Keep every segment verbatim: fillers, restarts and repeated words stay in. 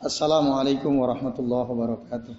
Assalamualaikum warahmatullahi wabarakatuh.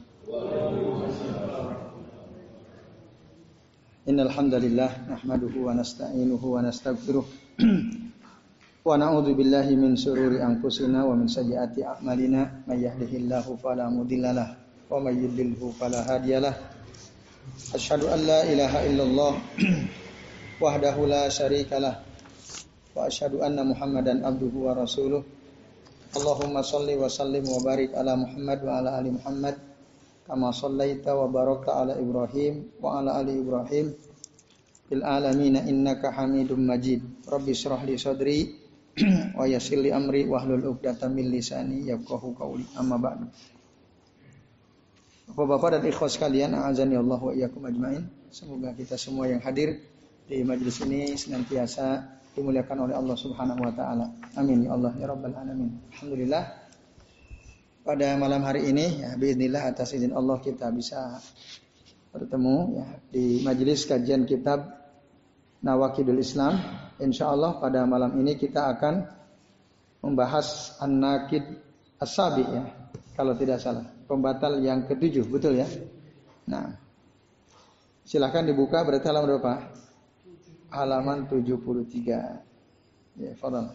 Innal hamdalillah nahmaduhu wa nasta'inuhu wa nastaghfiruh wa na'udzu billahi min shururi anfusina wa min sayyiati a'malina may yahdihillahu fala mudhillalah wa may yudlilhu fala hadiyalah. Asyhadu an la ilaha illallah wahdahu la syarikalah wa asyhadu anna Muhammadan abduhu wa rasuluh. Allahumma shalli wa sallim wa barik ala Muhammad wa ala ali Muhammad kama shallaita wa barakta ala Ibrahim wa ala ali Ibrahim fil alamin innaka Hamidum Majid. Rabbi shrah li sadri wa yassir li amri wahlul 'uqdatam min lisani yafqahu qawli. Amma ba'du. Bapak-bapak dan ikhwas sekalian, a'azani Allah wa iyyakum ajmain. Semoga kita semua yang hadir di majelis ini senantiasa dimuliakan oleh Allah Subhanahu wa taala. Amin ya Allah ya rabbal alamin. Alhamdulillah. Pada malam hari ini ya biidznillah atas izin Allah kita bisa bertemu ya di majelis kajian kitab Nawaqidul Islam. Insyaallah pada malam ini kita akan membahas An-Naqid As-Sabi ya. Kalau tidak salah, pembatal yang ketujuh, betul ya? Nah. Silakan dibuka berarti halaman berapa? Halaman tujuh puluh tiga. Ya, fadhal.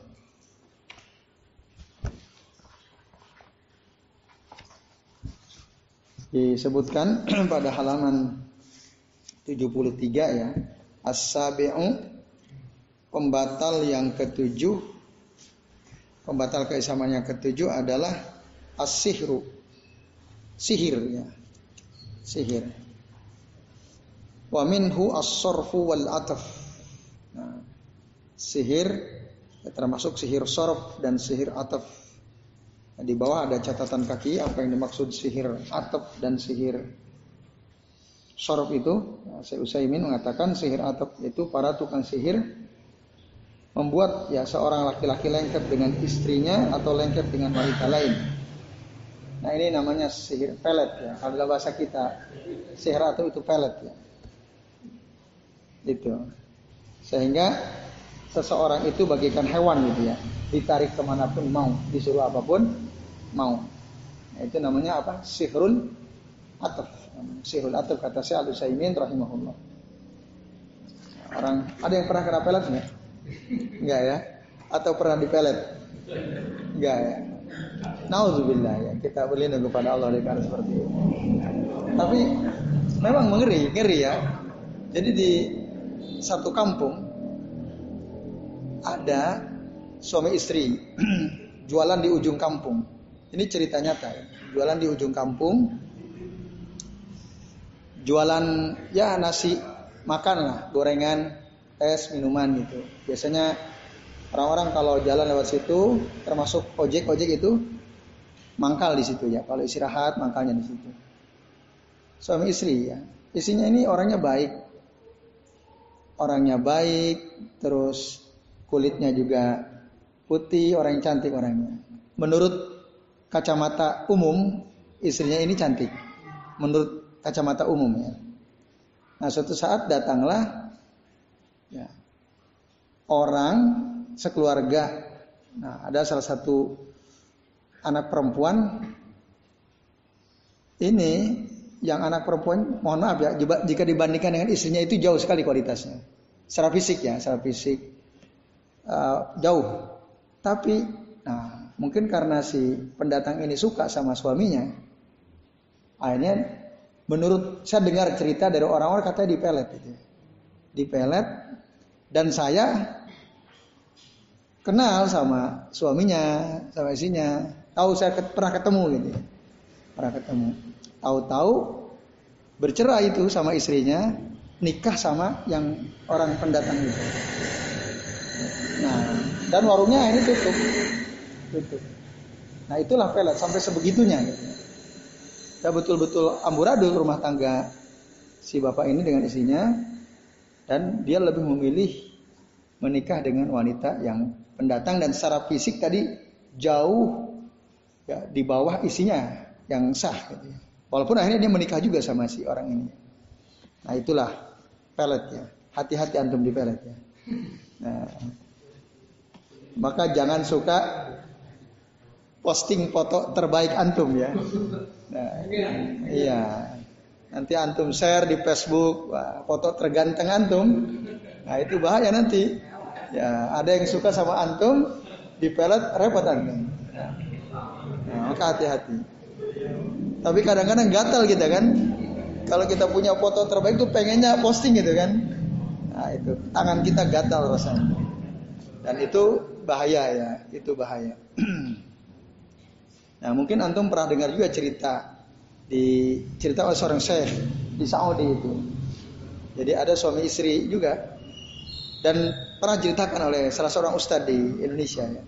Disebutkan pada halaman tujuh puluh tiga ya, as-sabi'u, pembatal yang ketujuh, pembatal keislaman yang ketujuh adalah as-sihru, sihir ya, sihir. Wa minhu as-sarfu wal ataf. Nah, sihir ya, termasuk sihir sarf dan sihir ataf. Nah, di bawah ada catatan kaki apa yang dimaksud sihir ataf dan sihir sarf itu. Nah, Syekh Utsaimin mengatakan sihir ataf itu para tukang sihir membuat ya seorang laki-laki lengket dengan istrinya atau lengket dengan wanita lain. Nah, ini namanya sihir pelet ya. Kalau dalam bahasa kita sihir ataf itu pelet ya. Itu. Sehingga seseorang itu bagaikan hewan gitu ya, ditarik kemanapun mau, disuruh apapun mau. Nah, itu namanya apa? Sihrul ataf. Sihrul ataf kata Syekh Al-Utsaimin rahimahullah. Orang ada yang pernah kena pelet enggak? Enggak ya? Atau pernah dipelet? Enggak ya? Nauzubillah ya. Kita berlindung kepada Allah dari karena seperti itu. Tapi memang mengeri, ngeri ya. Jadi di satu kampung ada suami istri jualan di ujung kampung. Ini cerita nyata ya. Jualan di ujung kampung, jualan ya nasi makan lah, gorengan, es, minuman gitu. Biasanya orang-orang kalau jalan lewat situ, termasuk ojek-ojek itu mangkal di situ ya. Kalau istirahat mangkalnya di situ. Suami istri ya. Istrinya ini orangnya baik. Orangnya baik, terus kulitnya juga putih, orang yang cantik orangnya. Menurut kacamata umum, istrinya ini cantik. Menurut kacamata umum ya. Nah, suatu saat datanglah ya, orang sekeluarga. Nah, ada salah satu anak perempuan. Ini yang anak perempuan, mohon maaf ya, jika dibandingkan dengan istrinya itu jauh sekali kualitasnya. Secara fisik ya, secara fisik uh, jauh. Tapi, nah, mungkin karena si pendatang ini suka sama suaminya, akhirnya menurut saya dengar cerita dari orang-orang katanya dipelet gitu. Dipelet, dan saya kenal sama suaminya, sama istrinya. Tahu saya pernah ketemu gitu. Pernah ketemu. Tahu-tahu bercerai itu sama istrinya, nikah sama yang orang pendatang itu. Nah, dan warungnya ini tutup, tutup. Nah, itulah pelet sampai sebegitunya. Gitu. Saya betul-betul amburadul rumah tangga si bapak ini dengan istrinya, dan dia lebih memilih menikah dengan wanita yang pendatang dan secara fisik tadi jauh ya, di bawah istrinya yang sah. Gitu. Walaupun akhirnya dia menikah juga sama si orang ini. Nah, itulah pelet ya. Hati-hati antum di pelet ya. Nah, maka jangan suka posting foto terbaik antum ya. Nah, iya. Nanti antum share di Facebook, wah, foto terganteng antum. Nah, itu bahaya nanti. Ya, ada yang suka sama antum, dipelet repot antum. Nah, maka hati-hati. Tapi kadang-kadang gatal kita kan. Kalau kita punya foto terbaik tuh pengennya posting gitu kan. Nah, itu tangan kita gatal rasanya. Dan itu bahaya ya, itu bahaya. Nah, mungkin antum pernah dengar juga cerita di cerita oleh seorang syekh di Saudi itu. Jadi ada suami istri juga dan pernah ceritakan oleh salah seorang ustadz di Indonesia ya.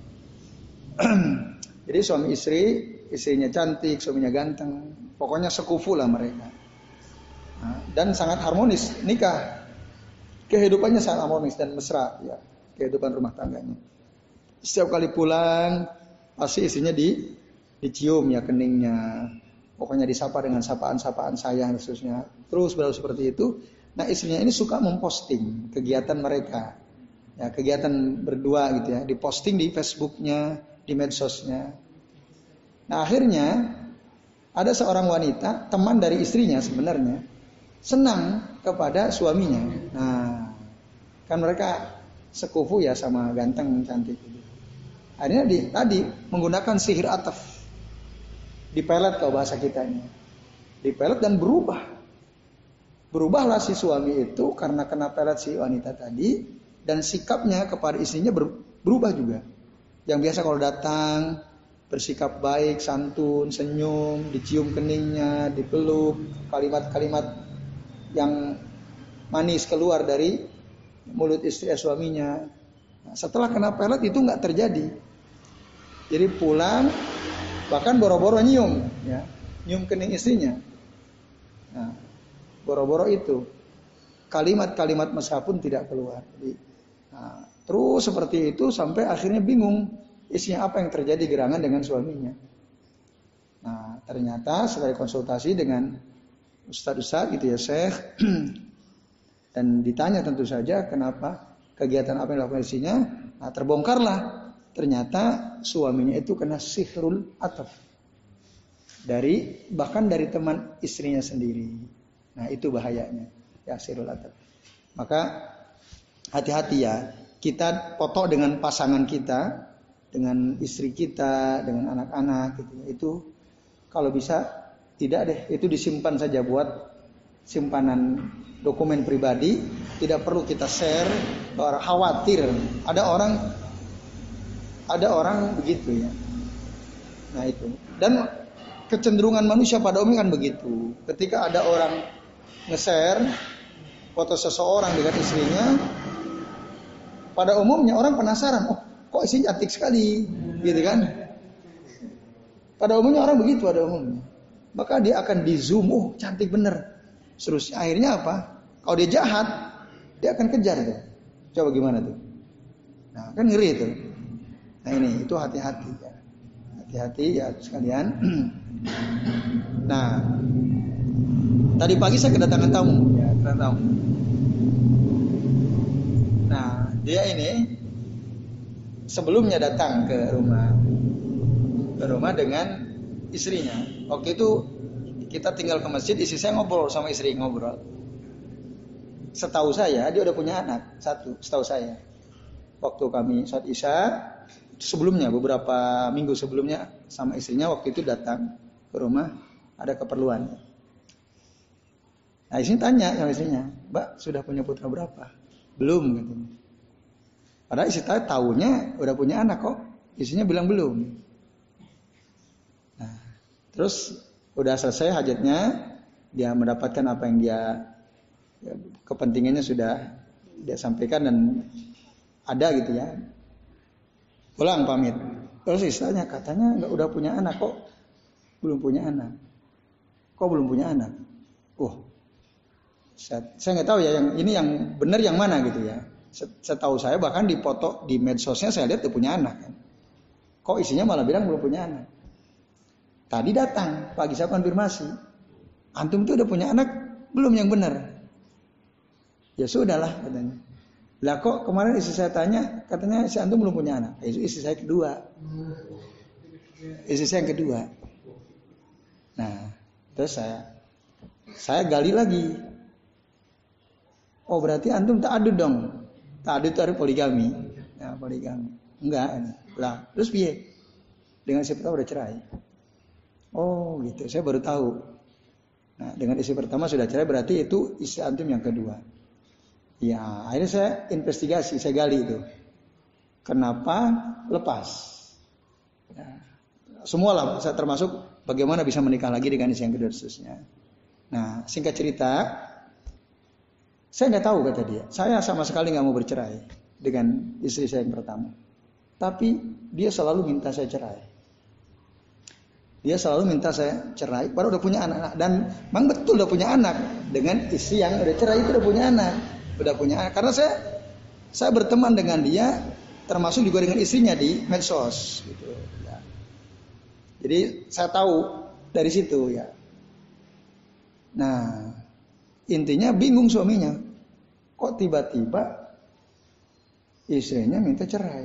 Jadi suami istri, istrinya cantik, suaminya ganteng, pokoknya sekufu lah mereka. Nah, dan sangat harmonis nikah, kehidupannya sangat harmonis dan mesra ya, kehidupan rumah tangganya. Setiap kali pulang pasti istrinya di dicium ya keningnya. Pokoknya disapa dengan sapaan-sapaan sayang khususnya. Terus berlalu seperti itu. Nah istrinya ini suka memposting kegiatan mereka. Ya kegiatan berdua gitu ya. Diposting di Facebooknya, di medsosnya. Nah akhirnya ada seorang wanita, teman dari istrinya sebenarnya. Senang kepada suaminya. Nah kan mereka sekufu ya sama ganteng, cantik. Akhirnya di, tadi menggunakan sihir ataf. Dipelet kalau bahasa kitanya. Dipelet dan berubah. Berubahlah si suami itu karena kena pelet si wanita tadi. Dan sikapnya kepada istrinya ber, berubah juga. Yang biasa kalau datang bersikap baik, santun, senyum, dicium keningnya, dipeluk, kalimat-kalimat yang manis keluar dari mulut istri suaminya. Nah, setelah kena pelet itu nggak terjadi. Jadi pulang bahkan boro-boro nyium, ya, nyium kening istrinya. Nah, boro-boro itu kalimat-kalimat mesra pun tidak keluar. Jadi, nah, terus seperti itu sampai akhirnya bingung istrinya apa yang terjadi gerangan dengan suaminya. Nah, ternyata setelah konsultasi dengan ustadz-ustadz gitu ya, syekh, dan ditanya tentu saja kenapa kegiatan apa yang dilakukan istrinya. Nah, terbongkarlah ternyata suaminya itu kena sihrul ataf dari bahkan dari teman istrinya sendiri. Nah itu bahayanya ya sihrul ataf. Maka hati-hati ya, kita foto dengan pasangan kita, dengan istri kita, dengan anak-anak gitu. Itu kalau bisa tidak deh, itu disimpan saja buat simpanan dokumen pribadi, tidak perlu kita share. Orang khawatir ada orang Ada orang begitu ya. Nah itu. Dan kecenderungan manusia pada umumnya kan begitu. Ketika ada orang nge-share foto seseorang dengan istrinya, pada umumnya orang penasaran. Oh kok istrinya cantik sekali. Gitu kan. Pada umumnya orang begitu pada umumnya. Maka dia akan di zoom. Oh cantik bener. Terus akhirnya apa? Kalau dia jahat, dia akan kejar tuh. Coba gimana tuh? Nah kan ngeri tuh. Nah ini itu hati-hati ya, hati-hati ya sekalian. Nah tadi pagi saya kedatangan tamu, ya kedatangan tamu. Nah dia ini sebelumnya datang ke rumah, ke rumah dengan istrinya. Waktu itu kita tinggal ke masjid, istri saya ngobrol sama istri ngobrol. Setahu saya dia udah punya anak satu, setahu saya. Waktu kami sholat isya. Sebelumnya beberapa minggu sebelumnya sama istrinya waktu itu datang ke rumah ada keperluan. Nah istrinya tanya sama istrinya, Mbak sudah punya putra berapa? Belum gitu. Padahal istri saya tahunya udah punya anak kok. Istrinya bilang belum. Nah, terus udah selesai hajatnya, dia mendapatkan apa yang dia ya, kepentingannya sudah dia sampaikan dan ada gitu ya. Pulang pamit. Terus istilahnya katanya nggak udah punya anak kok belum punya anak. Kok belum punya anak? Oh, saya, saya nggak tahu ya yang ini yang benar yang mana gitu ya. Setahu saya bahkan di foto di medsosnya saya lihat dia punya anak kan. Kok isinya malah bilang belum punya anak. Tadi datang pagi saya konfirmasi. Antum itu udah punya anak belum yang benar? Ya sudahlah katanya. Lah kok kemarin istri saya tanya, katanya si antum belum punya anak. Itu istri saya kedua. istri saya yang kedua. Nah, terus saya saya gali lagi. Oh berarti antum ta'adud dong. Ta'adud itu ada poligami. Ya, poligami. Enggak. Lah, terus piye? Dengan istri pertama udah cerai. Oh gitu, saya baru tahu. Nah, dengan istri pertama sudah cerai berarti itu istri antum yang kedua. Ya, akhirnya saya investigasi, saya gali itu. Kenapa lepas? Ya, semua lah, saya termasuk bagaimana bisa menikah lagi dengan istri yang kedua seterusnya. Nah, singkat cerita, saya nggak tahu kata dia. Saya sama sekali nggak mau bercerai dengan istri saya yang pertama. Tapi dia selalu minta saya cerai. Dia selalu minta saya cerai, padahal udah punya anak. Dan memang betul udah punya anak. Dengan istri yang udah cerai itu udah punya anak. Udah punya anak. Karena saya saya berteman dengan dia, termasuk juga dengan istrinya di medsos. Gitu, ya. Jadi saya tahu dari situ ya. Nah, intinya bingung suaminya. Kok tiba-tiba istrinya minta cerai?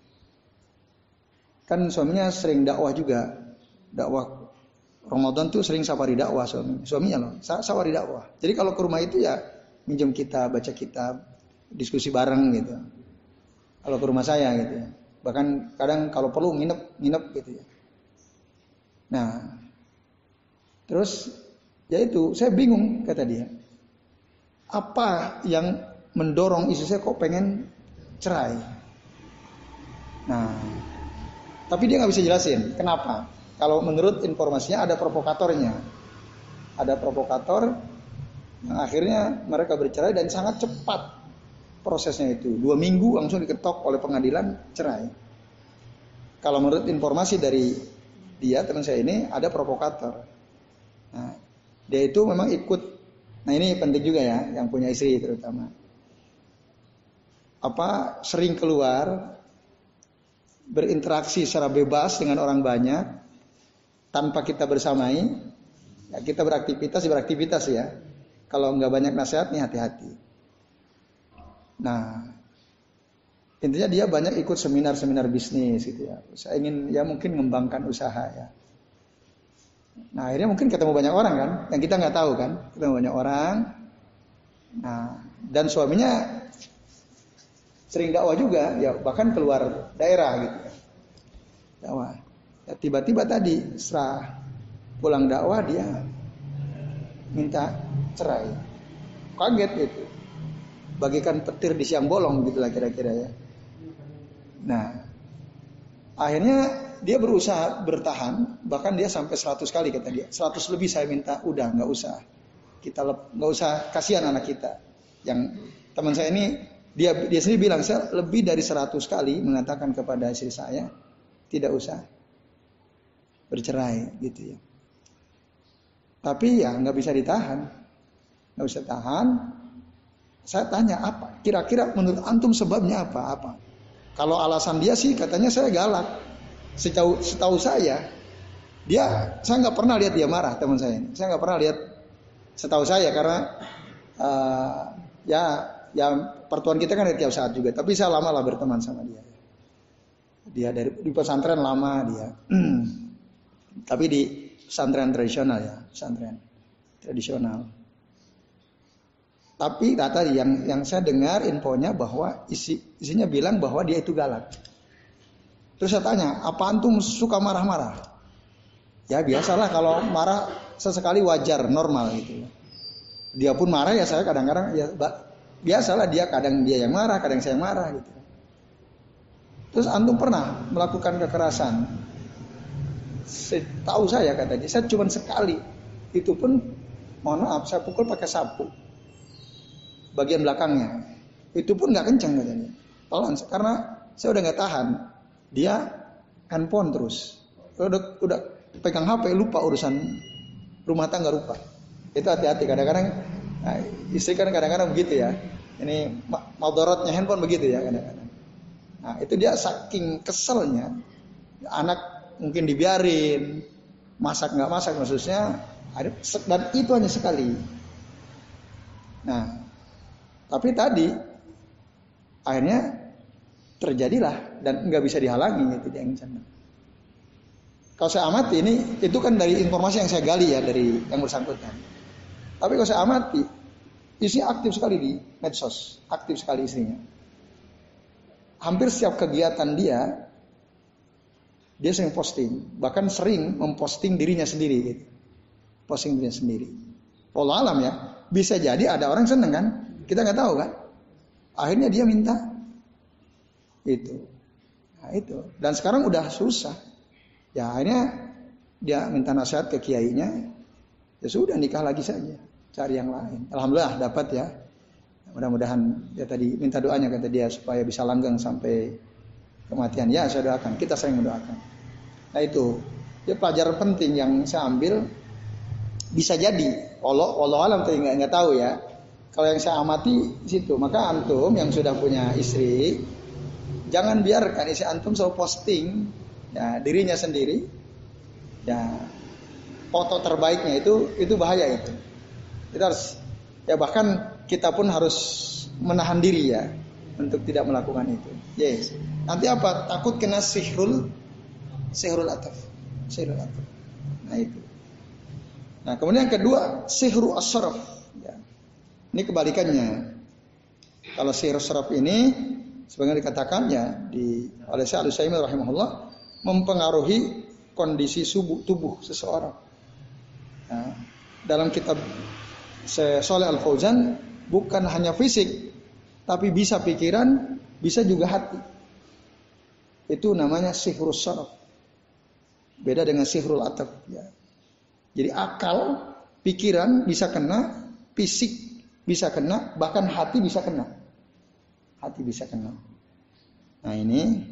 Kan suaminya sering dakwah juga. Dakwah Ramadan tuh sering safari dakwah suami, suaminya loh, safari dakwah. Jadi kalau ke rumah itu ya minjem kitab, baca kitab, diskusi bareng gitu. Kalau ke rumah saya gitu ya. Bahkan kadang kalau perlu nginep, nginep gitu ya. Nah, terus ya itu saya bingung kata dia. Apa yang mendorong istri saya kok pengen cerai? Nah, tapi dia nggak bisa jelasin kenapa. Kalau menurut informasinya ada provokatornya. Ada provokator yang akhirnya mereka bercerai dan sangat cepat prosesnya itu. Dua minggu langsung diketok oleh pengadilan cerai. Kalau menurut informasi dari dia, teman saya ini, ada provokator. Nah, dia itu memang ikut. Nah ini penting juga ya, yang punya istri terutama. Apa sering keluar, berinteraksi secara bebas dengan orang banyak, tanpa kita bersamai, ya kita beraktivitas, beraktivitas ya. Kalau nggak banyak nasihat nih hati-hati. Nah, intinya dia banyak ikut seminar-seminar bisnis gitu ya. Saya ingin ya mungkin mengembangkan usaha ya. Nah akhirnya mungkin ketemu banyak orang kan, yang kita nggak tahu kan, ketemu banyak orang. Nah dan suaminya sering dakwah juga, ya bahkan keluar daerah gitu. Dakwah. Ya, tiba-tiba tadi setelah pulang dakwah dia minta cerai. Kaget gitu. Bagikan petir di siang bolong gitulah kira-kira ya. Nah, akhirnya dia berusaha bertahan, bahkan dia sampai seratus kali kata dia. seratus lebih saya minta, udah nggak usah. Kita nggak usah, kasihan anak kita. Yang teman saya ini dia dia sendiri bilang saya lebih dari seratus kali mengatakan kepada istri saya tidak usah bercerai gitu ya. Tapi ya nggak bisa ditahan, nggak bisa tahan. Saya tanya apa? Kira-kira menurut antum sebabnya apa? Apa? Kalau alasan dia sih katanya saya galak. Setahu, setahu saya, dia saya nggak pernah lihat dia marah teman saya ini. Saya nggak pernah lihat. Setahu saya karena uh, ya ya pertemuan kita kan tiap saat juga. Tapi saya lama lah berteman sama dia. Dia dari di pesantren lama dia. Tapi di pesantren tradisional ya, pesantren tradisional. Tapi kata yang yang saya dengar infonya bahwa isi isinya bilang bahwa dia itu galak. Terus saya tanya, apa antum suka marah-marah? Ya biasalah kalau marah sesekali wajar, normal gitu. Dia pun marah ya saya kadang-kadang ya biasalah dia kadang dia yang marah, kadang saya yang marah gitu. Terus antum pernah melakukan kekerasan? Setahu saya kata dia, saya cuma sekali. Itu pun mohon maaf saya pukul pakai sapu. Bagian belakangnya. Itu pun nggak kencang katanya. Pelan karena saya udah nggak tahan. Dia handphone terus. Udah udah pegang H P lupa urusan rumah tangga lupa. Itu hati-hati kadang-kadang nah, istri kan kadang-kadang begitu ya. Ini maldorotnya handphone begitu ya kadang-kadang. Nah, itu dia saking keselnya anak mungkin dibiarin, masak nggak masak maksudnya, dan itu hanya sekali. Nah, tapi tadi akhirnya terjadilah dan nggak bisa dihalangi gitu dia. Kalau saya amati ini, itu kan dari informasi yang saya gali ya dari yang bersangkutan. Tapi kalau saya amati, isinya aktif sekali di medsos, aktif sekali isinya. Hampir setiap kegiatan dia, dia sering posting, bahkan sering memposting dirinya sendiri, gitu. Posting dirinya sendiri. Wallahu alam ya, bisa jadi ada orang seneng kan, kita nggak tahu kan. Akhirnya dia minta itu, nah itu. Dan sekarang udah susah. Ya akhirnya dia minta nasihat ke kiainya, ya sudah nikah lagi saja, cari yang lain. Alhamdulillah dapat ya. Mudah-mudahan ya tadi minta doanya kata dia supaya bisa langgeng sampai kematian. Ya saya doakan, kita sering mendoakan. Nah itu, ya pelajaran penting yang saya ambil. Bisa jadi, Allah Allah alam tadi nggak nggak tahu ya. Kalau yang saya amati situ, maka antum yang sudah punya istri, jangan biarkan istri antum selalu posting ya dirinya sendiri, ya foto terbaiknya itu itu bahaya itu. Kita harus ya bahkan kita pun harus menahan diri ya untuk tidak melakukan itu. Yes. Nanti apa? Takut kena sihrul sihrul ataf, sihrul ataf. Nah itu. Nah kemudian yang kedua sihru as-saraf. Ya. Ini kebalikannya. Kalau sihru as-saraf ini sebenarnya dikatakan ya di oleh Syekh Al-Utsaimin rahimahullah mempengaruhi kondisi subuh, tubuh seseorang. Nah, dalam kitab Shalih Al-Fauzan bukan hanya fisik, tapi bisa pikiran, bisa juga hati. Itu namanya sihrus saraf. Beda dengan sihrul ataf. Ya. Jadi akal, pikiran bisa kena, fisik bisa kena, bahkan hati bisa kena. Hati bisa kena. Nah ini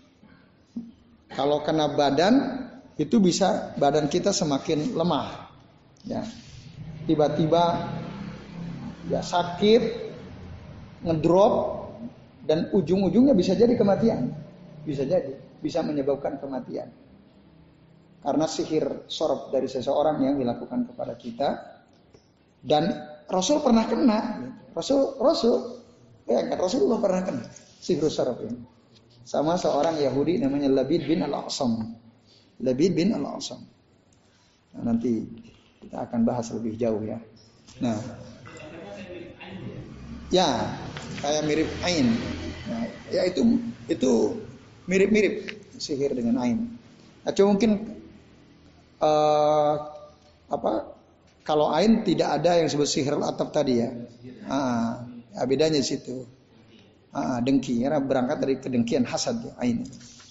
kalau kena badan itu bisa badan kita semakin lemah, ya. Tiba-tiba ya sakit, ngedrop dan ujung-ujungnya bisa jadi kematian, bisa jadi, bisa menyebabkan kematian. Karena sihir sorab dari seseorang yang dilakukan kepada kita dan Rasul pernah kena, Rasul Rasul ya kan Rasulullah pernah kena sihir sorab ini. Sama seorang Yahudi namanya Labid bin Al-A'sam. Labid bin Al-A'sam. Nah, nanti kita akan bahas lebih jauh ya. Nah, ya kayak mirip ain. Nah, ya itu itu mirip-mirip sihir dengan ain. Nah, cuma mungkin uh, apa? Kalau ain tidak ada yang disebut sihir atap tadi ya. Ah, ya bedanya di situ. Ah, dengki, karena berangkat dari kedengkian hasad ya, ain.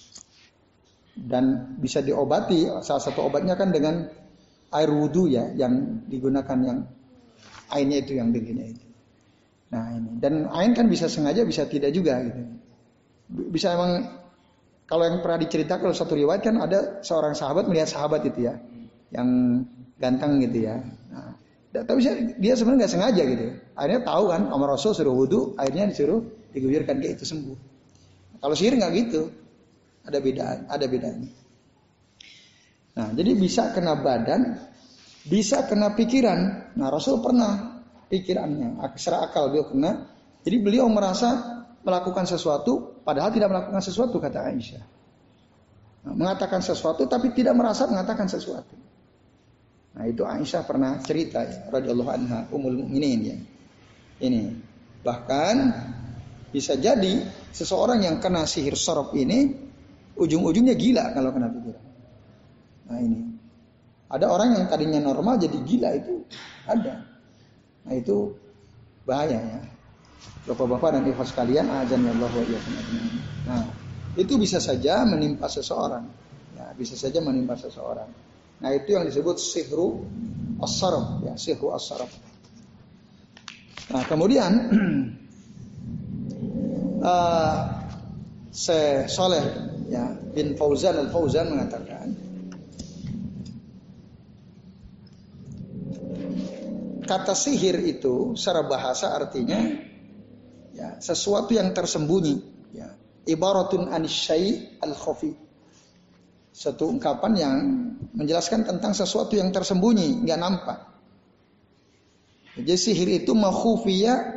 Dan bisa diobati, salah satu obatnya kan dengan air wudhu ya, yang digunakan yang ainnya itu yang dengkinya itu. Nah ini, dan ain kan bisa sengaja, bisa tidak juga gitu. Bisa emang, kalau yang pernah diceritakan kalau satu riwayat kan ada seorang sahabat melihat sahabat itu ya, yang ganteng gitu ya. Nah, tapi dia sebenarnya nggak sengaja gitu. Akhirnya tahu kan, Umar Rasul suruh wudhu, akhirnya disuruh diguyurkan kayak itu sembuh. Kalau sihir nggak gitu, ada beda, ada bedanya. Nah, jadi bisa kena badan, bisa kena pikiran. Nah, Rasul pernah pikirannya, secara akal beliau kena. Jadi beliau merasa melakukan sesuatu, padahal tidak melakukan sesuatu kata Aisyah. Nah, mengatakan sesuatu, tapi tidak merasa mengatakan sesuatu. Nah, itu Aisyah pernah cerita, ya, radhiyallahu anha, ummul mukminin ya. Ini bahkan bisa jadi seseorang yang kena sihir saraf ini ujung-ujungnya gila kalau kena pikiran. Nah ini ada orang yang tadinya normal jadi gila itu ada. Nah itu bahaya ya. Bapak-bapak dan ikhwas sekalian, azan ya Allah wa iyyakum ajmain. Nah itu bisa saja menimpa seseorang. Ya, bisa saja menimpa seseorang. Nah itu yang disebut sihru as-saraf ya, sihru as-saraf. Nah kemudian Uh, Syekh Shalih ya, bin Fauzan Al-Fauzan mengatakan kata sihir itu secara bahasa artinya ya, sesuatu yang tersembunyi ya, ibaratun anisyai al-khafi, satu ungkapan yang menjelaskan tentang sesuatu yang tersembunyi, nggak nampak. Jadi sihir itu makhufiyah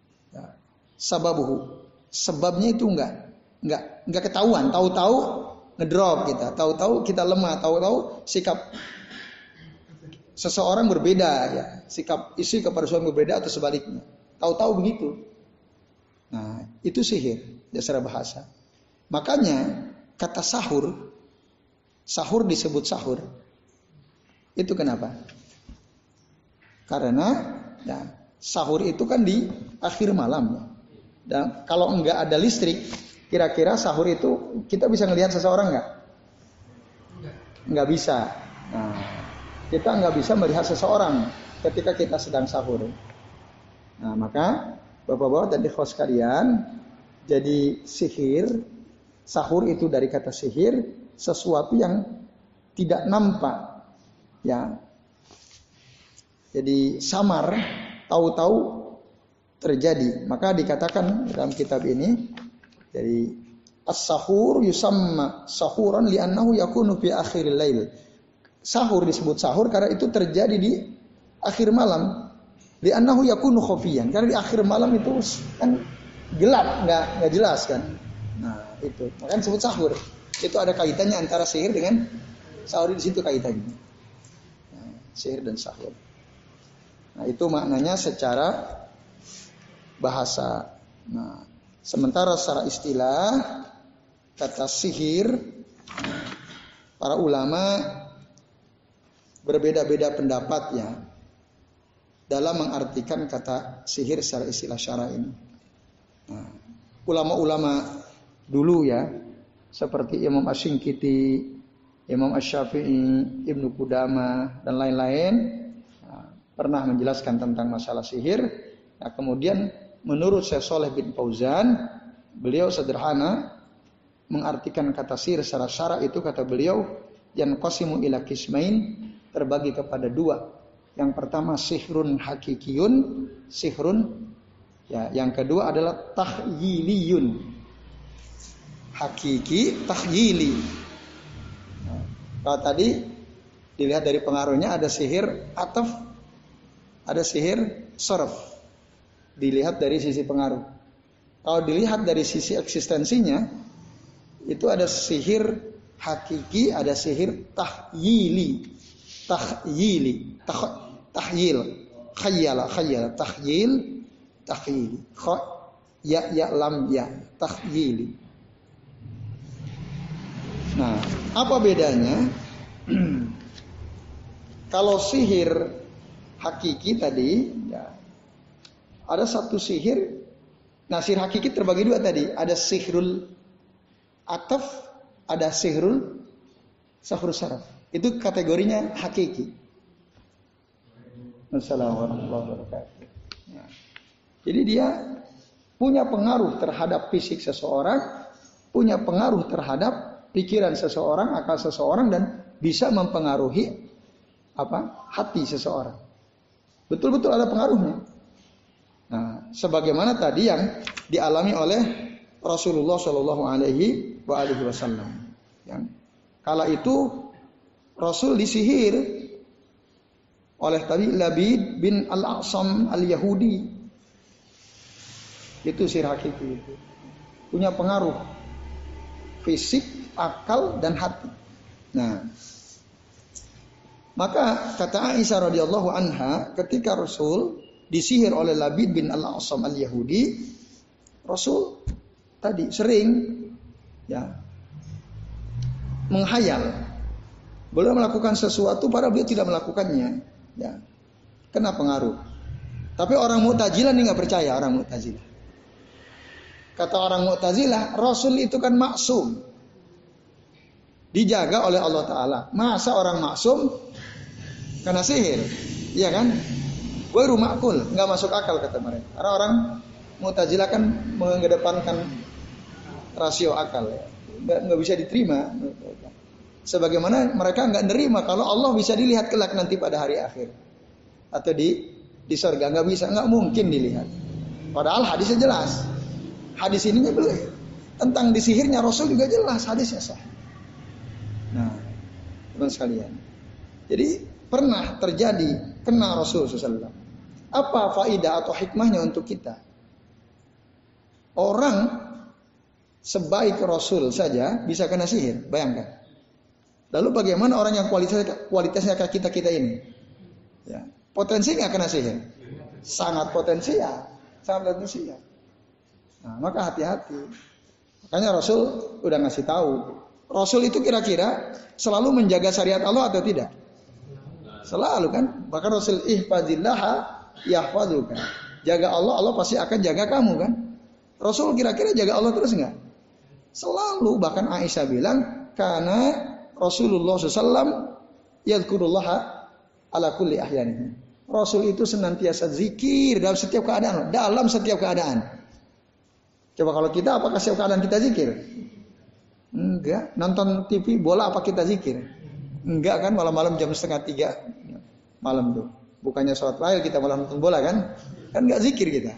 sababuhu, sebabnya itu enggak enggak enggak ketahuan, tahu-tahu ngedrop kita, tahu-tahu kita lemah, tahu-tahu sikap seseorang berbeda ya, sikap istri kepada suami berbeda atau sebaliknya, tahu-tahu begitu. Nah, itu sihir secara bahasa. Makanya kata sahur, sahur disebut sahur. Itu kenapa? Karena ya, sahur itu kan di akhir malam ya. Dan kalau enggak ada listrik, kira-kira sahur itu kita bisa ngelihat seseorang enggak? Enggak bisa. Nah, kita enggak bisa melihat seseorang ketika kita sedang sahur. Nah, maka Bapak-bapak dan ikhwas sekalian, jadi sihir, sahur itu dari kata sihir, sesuatu yang tidak nampak. Ya. Jadi samar, tahu-tahu terjadi. Maka dikatakan dalam kitab ini, jadi as-sahur yusamma sahuran li'annahu yakunu fi akhiril lail. Sahur disebut sahur karena itu terjadi di akhir malam. Li'annahu yakunu khafiyan. Karena di akhir malam itu kan gelap, nggak nggak jelas kan. Nah itu, makanya disebut sahur. Itu ada kaitannya antara sihir dengan sahur, di situ kaitannya. Nah, sihir dan sahur. Nah itu maknanya secara bahasa. Nah sementara secara istilah kata sihir, para ulama berbeda-beda pendapatnya dalam mengartikan kata sihir secara istilah syara ini. Nah, ulama-ulama dulu ya, seperti Imam Asy-Syinkiti, Imam Asy-Syafi'i, Ibnu Qudamah dan lain-lain, nah, pernah menjelaskan tentang masalah sihir. Nah, kemudian menurut Syekh Shalih bin Fauzan, beliau sederhana mengartikan kata sihir secara syara itu, kata beliau, yanqasimu ila qismain, terbagi kepada dua. Yang pertama sihrun hakikiyun, sihrun ya, yang kedua adalah tahyiliyun. Hakiki, tahyili. Nah, kalau tadi dilihat dari pengaruhnya ada sihir ataf, ada sihir sorf. Dilihat dari sisi pengaruh. Kalau dilihat dari sisi eksistensinya, itu ada sihir hakiki, ada sihir tahyili. Tahyili, tah tahyil, khayyala, khayyala, tahyil, tahyili, kha, ya, ya, lam, ya, tahyili. Nah, apa bedanya? Kalau sihir hakiki tadi, ya, ada satu sihir. Nah, sihir hakiki terbagi dua tadi. Ada sihrul ataf, ada sihrul sahur saraf. Itu kategorinya hakiki. Assalamualaikum warahmatullahi wabarakatuh. Ya. Jadi dia punya pengaruh terhadap fisik seseorang, punya pengaruh terhadap pikiran seseorang, akal seseorang, dan bisa mempengaruhi apa? Hati seseorang. Betul-betul ada pengaruhnya. Nah, sebagaimana tadi yang dialami oleh Rasulullah Shallallahu Alaihi Wasallam. Yang kala itu Rasul disihir oleh tadi Labid bin Al-A'sam Al-Yahudi. Itu sihir hakiki itu. Punya pengaruh fisik, akal, dan hati. Nah, maka kata Aisyah radhiyallahu anha, ketika Rasul disihir oleh Labid bin Al-A'sam Al-Yahudi, Rasul tadi sering ya menghayal. Beliau melakukan sesuatu padahal beliau tidak melakukannya, ya. Kena pengaruh. Tapi orang Mu'tazilah ini nggak percaya, orang Mu'tazilah. Kata orang Mu'tazilah, Rasul itu kan maksum, dijaga oleh Allah Taala. Masa orang maksum kena sihir, iya kan? Ghairu ma'qul, nggak masuk akal kata mereka. Karena orang Mu'tazilah kan mengedepankan rasio akal, ya. nggak nggak bisa diterima. Sebagaimana mereka nggak nerima kalau Allah bisa dilihat kelak nanti pada hari akhir atau di di surga, nggak bisa, nggak mungkin dilihat. Padahal hadisnya jelas. Hadis ininya belum tentang disihirnya Rasul juga jelas hadisnya sah. Nah, teman sekalian. Jadi pernah terjadi kena Rasul shallallahu alaihi wasallam. Apa faidah atau hikmahnya untuk kita? Orang sebaik Rasul saja bisa kena sihir, bayangkan. Lalu bagaimana orang yang kualitasnya, kualitasnya kayak kita-kita ini? Ya, potensi nggak kena sihir? Sangat potensial, sangat potensial. Nah, maka hati-hati. Makanya Rasul udah ngasih tahu. Rasul itu kira-kira selalu menjaga syariat Allah atau tidak? Selalu kan? Bahkan Rasul ihfazillaha yahfazuka. Jaga Allah, Allah pasti akan jaga kamu kan? Rasul kira-kira jaga Allah terus nggak? Selalu. Bahkan Aisyah bilang, karena Rasulullah shallallahu alaihi wasallam yadhkurullaha ala kulli ahyanihi. Rasul itu senantiasa zikir dalam setiap keadaan, dalam setiap keadaan. Coba kalau kita, apakah setiap keadaan kita zikir? Enggak. Nonton T V bola apa kita zikir? Enggak kan, malam-malam jam setengah tiga malam tuh. Bukannya sholat lahir kita malah nonton bola kan? Kan enggak zikir kita.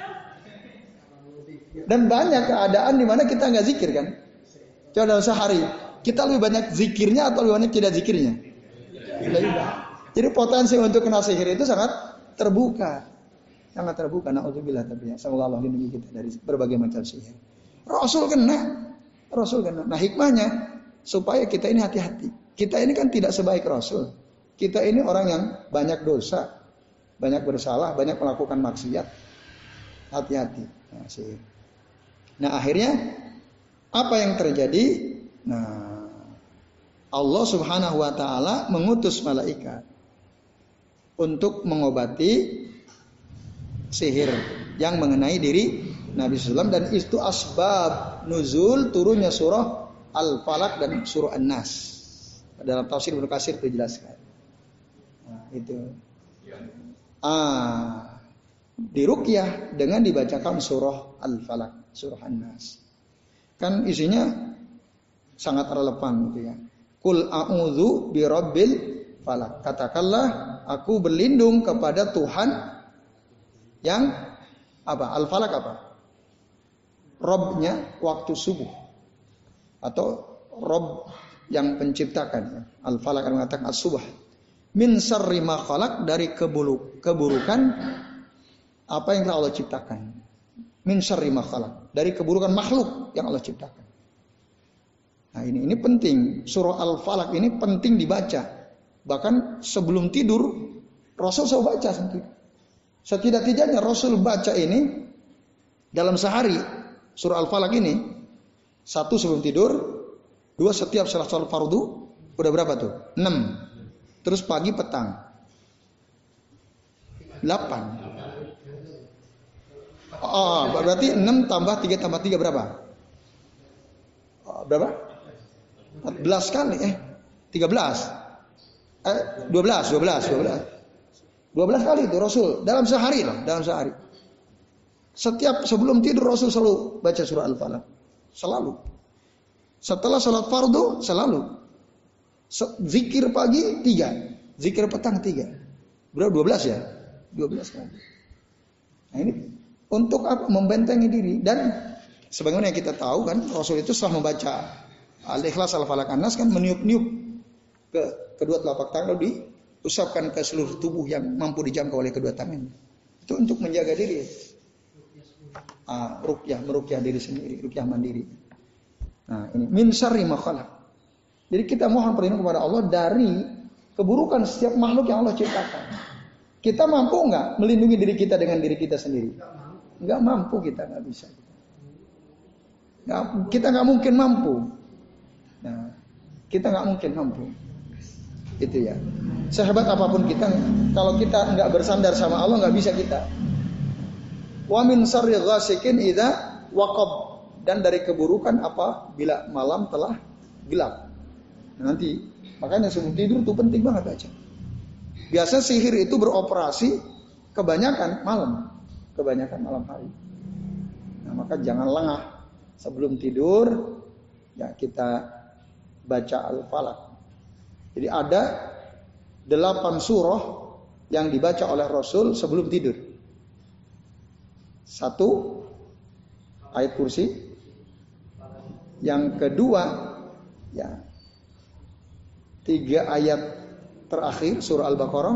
Dan banyak keadaan di mana kita enggak zikir kan? Coba dalam sehari kita lebih banyak zikirnya atau lebih banyak tidak zikirnya? Lebih banyak. Jadi potensi untuk kena sihir itu sangat terbuka. Sangat terbuka. Na'udzubillah, tapi ya. Semoga Allah lindungi kita dari berbagai macam sihir. Rasul kena. Rasul kena. Nah hikmahnya supaya kita ini hati-hati. Kita ini kan tidak sebaik Rasul. Kita ini orang yang banyak dosa, banyak bersalah, banyak melakukan maksiat. Hati-hati. Nah, sihir. Nah akhirnya apa yang terjadi? Nah Allah subhanahu wa ta'ala mengutus malaikat untuk mengobati sihir yang mengenai diri Nabi shallallahu alaihi wasallam. Dan itu asbab nuzul turunnya surah Al-Falaq dan surah An-Nas. Dalam tafsir Ibnu Katsir itu dijelaskan. Nah, itu. Ah, diruqyah dengan dibacakan surah Al-Falaq, surah An-Nas. Kan isinya sangat relevan gitu ya. Qul a'udzu birabbil falaq. Katakanlah aku berlindung kepada Tuhan yang apa? Al-Falaq apa? Robnya waktu subuh. Atau Rob yang penciptakan. Al-Falaq yang mengatakan as-subh. Min syarri ma khalaq, dari keburuk, keburukan apa yang telah Allah ciptakan. Min syarri ma khalaq, dari keburukan makhluk yang Allah ciptakan. Nah ini ini penting. Surah Al-Falaq ini penting dibaca. Bahkan sebelum tidur Rasul selalu baca sendiri. Setidak-tidaknya Rasul baca ini dalam sehari surah Al-Falaq ini. Satu sebelum tidur, dua setiap salat salat fardu. Udah berapa tuh? Enam. Terus pagi petang. Delapan. Oh, berarti enam tambah tiga tambah tiga berapa? Oh, berapa? empat belas kali eh tiga belas eh dua belas dua belas dua belas dua belas kali itu Rasul dalam sehari loh, dalam sehari. Setiap sebelum tidur Rasul selalu baca surah Al-Falaq. Selalu. Setelah salat fardu selalu. Zikir pagi tiga, zikir petang tiga. Berapa? dua belas ya? dua belas kali. Nah ini untuk apa? Membentengi diri. Dan sebagaimana yang kita tahu kan, Rasul itu setelah membaca Al-Ikhlas, Al-Falaq, An-Nas kan meniup-niup ke kedua telapak tangan, lalu diusapkan ke seluruh tubuh yang mampu dijangkau oleh kedua tangan. Itu untuk menjaga diri. Ah, ruqyah, meruqyah diri sendiri, ruqyah mandiri. Nah, ini min syarri ma khalaq. Jadi kita mohon perlindungan kepada Allah dari keburukan setiap makhluk yang Allah ciptakan. Kita mampu enggak melindungi diri kita dengan diri kita sendiri? Enggak mampu, kita enggak bisa. Nggak, kita enggak mungkin mampu. Nah, kita nggak mungkin mampu, itu ya. Sehebat apapun kita, kalau kita nggak bersandar sama Allah nggak bisa kita. Wa min syarri ghasikin idza waqab, dan dari keburukan apa bila malam telah gelap. Nah, nanti makanya sebelum tidur itu penting banget aja. Biasa sihir itu beroperasi kebanyakan malam, kebanyakan malam hari. Nah, maka jangan lengah sebelum tidur ya kita baca Al-Falaq. Jadi ada delapan surah yang dibaca oleh Rasul sebelum tidur. Satu, ayat kursi. Yang kedua, ya, tiga ayat terakhir surah Al-Baqarah.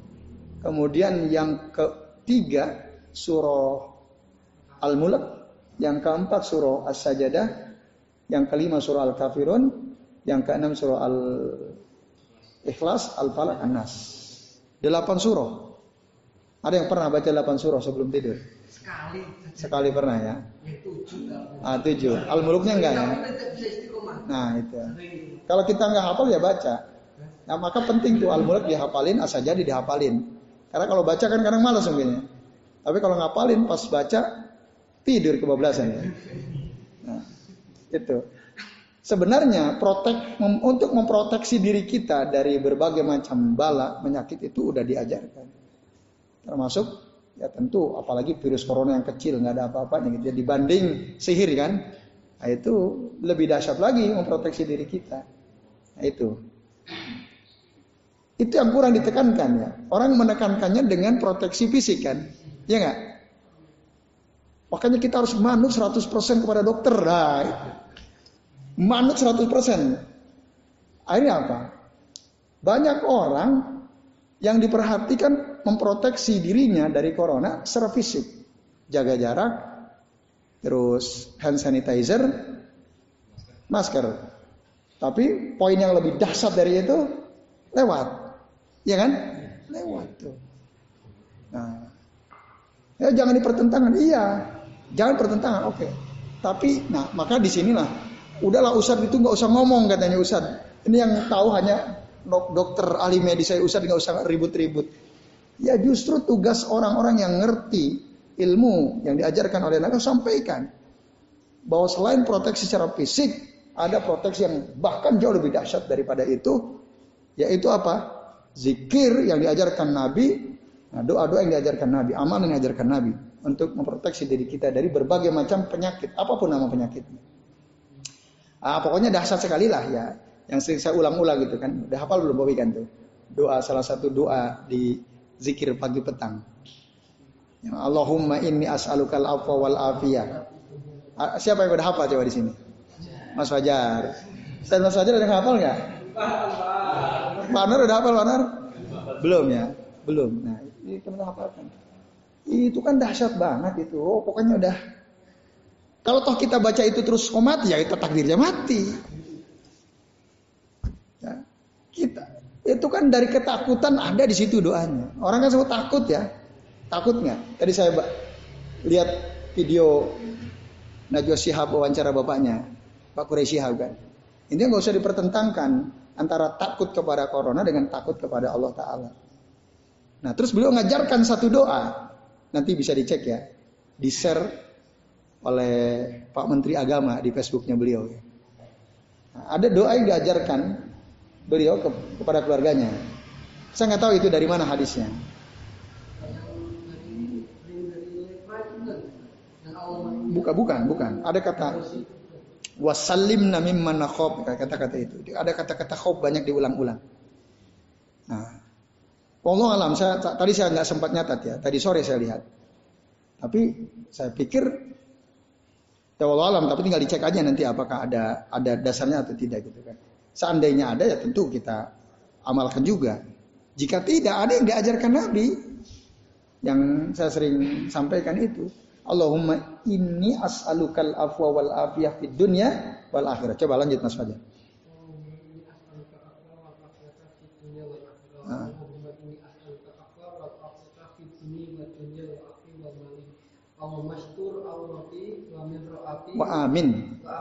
Kemudian yang ketiga surah Al-Mulk. yang keempat surah As-Sajdah, yang kelima surah Al-Kafirun, yang keenam surah Al-Ikhlas, Al-Falaq, An-Nas. Delapan surah. Ada yang pernah baca delapan surah sebelum tidur? Sekali. Sekali pernah ya? Tujuh. Ah, tujuh. Al-Muluknya enggak ya? Nah itu. Kalau kita nggak hafal ya baca. Nah maka penting tuh Al-Muluk dihafalin, As-Sajdah dihafalin. Karena kalau baca kan kadang malas mungkin ya. Tapi kalau ngapalin pas baca tidur kebablasan ya. Nah, itu. Sebenarnya protek mem, untuk memproteksi diri kita dari berbagai macam bala penyakit itu udah diajarkan. Termasuk ya tentu apalagi virus corona yang kecil nggak ada apa-apanya gitu ya, dibanding sihir kan. Nah, itu lebih dahsyat lagi memproteksi diri kita. Nah, itu. Itu yang kurang ditekankan ya. Orang menekankannya dengan proteksi fisik kan. Ya enggak? Makanya kita harus manut seratus persen kepada dokter. Nah, itu. Manut seratus persen. Akhirnya apa? Banyak orang yang diperhatikan memproteksi dirinya dari corona secara fisik. Jaga jarak, terus hand sanitizer, masker. Tapi poin yang lebih dahsyat dari itu lewat. Ya kan? Lewat tuh. Nah, ya jangan dipertentangkan. Iya, jangan pertentangan. Oke. Okay. Tapi, nah maka disinilah, udahlah Ustadz itu nggak usah ngomong katanya Ustadz. Ini yang tahu hanya dok dokter ahli medis saya Ustadz, nggak usah ribut-ribut. Ya justru tugas orang-orang yang ngerti ilmu yang diajarkan oleh Nabi sampaikan bahwa selain proteksi secara fisik, ada proteksi yang bahkan jauh lebih dahsyat daripada itu, yaitu apa? Zikir yang diajarkan Nabi, nah, doa-doa yang diajarkan Nabi, amal yang diajarkan Nabi untuk memproteksi diri kita dari berbagai macam penyakit, apapun nama penyakitnya. Ah, pokoknya dahsyat sekali lah ya. Yang sering saya ulang-ulang gitu kan. Udah hafal belum Bobi kan tuh? Doa, salah satu doa di zikir pagi petang. Ya, Allahumma inni as'alukal afwa wal afiyah. Siapa yang udah hafal coba di sini? Mas Fajar. Ustaz Mas Fajar ada yang hafal nggak? Warner udah hafal Warner? Belum ya, belum. Nah, ini kita hafalkan. Itu kan dahsyat banget itu. Oh, pokoknya udah. Kalau toh kita baca itu terus kok mati, ya itu takdirnya mati. Ya, kita itu kan dari ketakutan ada di situ doanya. Orang kan semua takut ya, takut nggak? Tadi saya lihat video Najwa Shihab wawancara bapaknya, Pak Quraish Shihab kan. Ini nggak usah dipertentangkan antara takut kepada corona dengan takut kepada Allah Taala. Nah terus beliau ngajarkan satu doa, nanti bisa dicek ya, di share oleh Pak Menteri Agama di Facebooknya beliau. Nah, ada doa yang diajarkan beliau ke, kepada keluarganya. Saya nggak tahu itu dari mana hadisnya. Bukan, bukan, bukan. Ada kata wasallimna mimman nakhob, kata-kata itu. Ada kata-kata khob banyak diulang-ulang. Nah, wallahu alam, saya tadi saya nggak sempat nyatat ya. Tadi sore saya lihat. Tapi saya pikir ya wallahu alam, tapi tinggal dicek aja nanti apakah ada ada dasarnya atau tidak gitu kan. Seandainya ada ya tentu kita amalkan juga. Jika tidak, ada yang diajarkan Nabi yang saya sering sampaikan itu. Allahumma inni as'alukal afwa wal afiyah fid dunya wal akhirah. Coba lanjut Mas Fajar. Nah. Wa amin.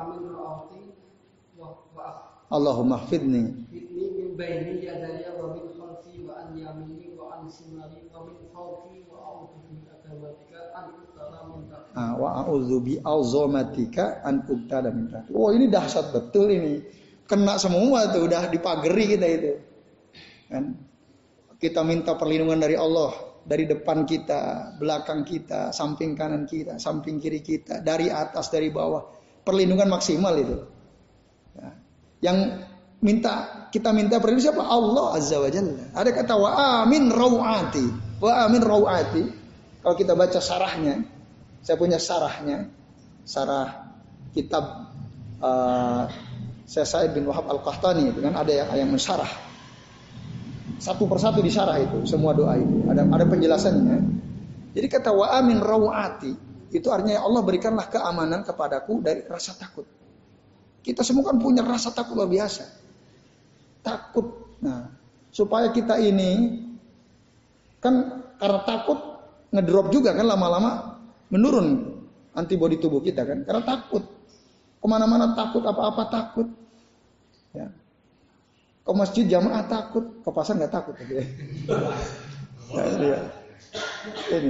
Allahumma hfidni min baini yadayya wa min khalfi wa an yamini wa an shimali wa min fawqi wa a'udzu bi azamatika an ubtala min tahti. Ah, wa a'udzu bi azamatika an ubtala min tahti. Oh, ini dahsyat betul ini. Kena semua tuh udah dipageri kita itu. Kan? Kita minta perlindungan dari Allah, dari depan kita, belakang kita, samping kanan kita, samping kiri kita, dari atas, dari bawah. Perlindungan maksimal itu. Ya. Yang minta kita minta perlindungan siapa? Allah Azza wa Jalla. Ada kata wa amin rawati. Wa amin rawati. Kalau kita baca sarahnya, saya punya sarahnya, sarah kitab uh, Syekh Sa'id bin Wahab Al-Qahtani itu kan ada yang yang mensarah. Satu persatu disarah itu semua doa itu. Ada ada penjelasannya. Jadi kata wa amin rawati. Itu artinya Allah berikanlah keamanan kepadaku dari rasa takut. Kita semua kan punya rasa takut luar biasa. Takut. Nah, supaya kita ini kan karena takut ngedrop juga kan lama-lama menurun antibodi tubuh kita kan. Karena takut. Kemana-mana takut, apa-apa takut. Ya. Ke masjid jamaah takut, ke pasar nggak takut. Ya, ini, ya. Ini.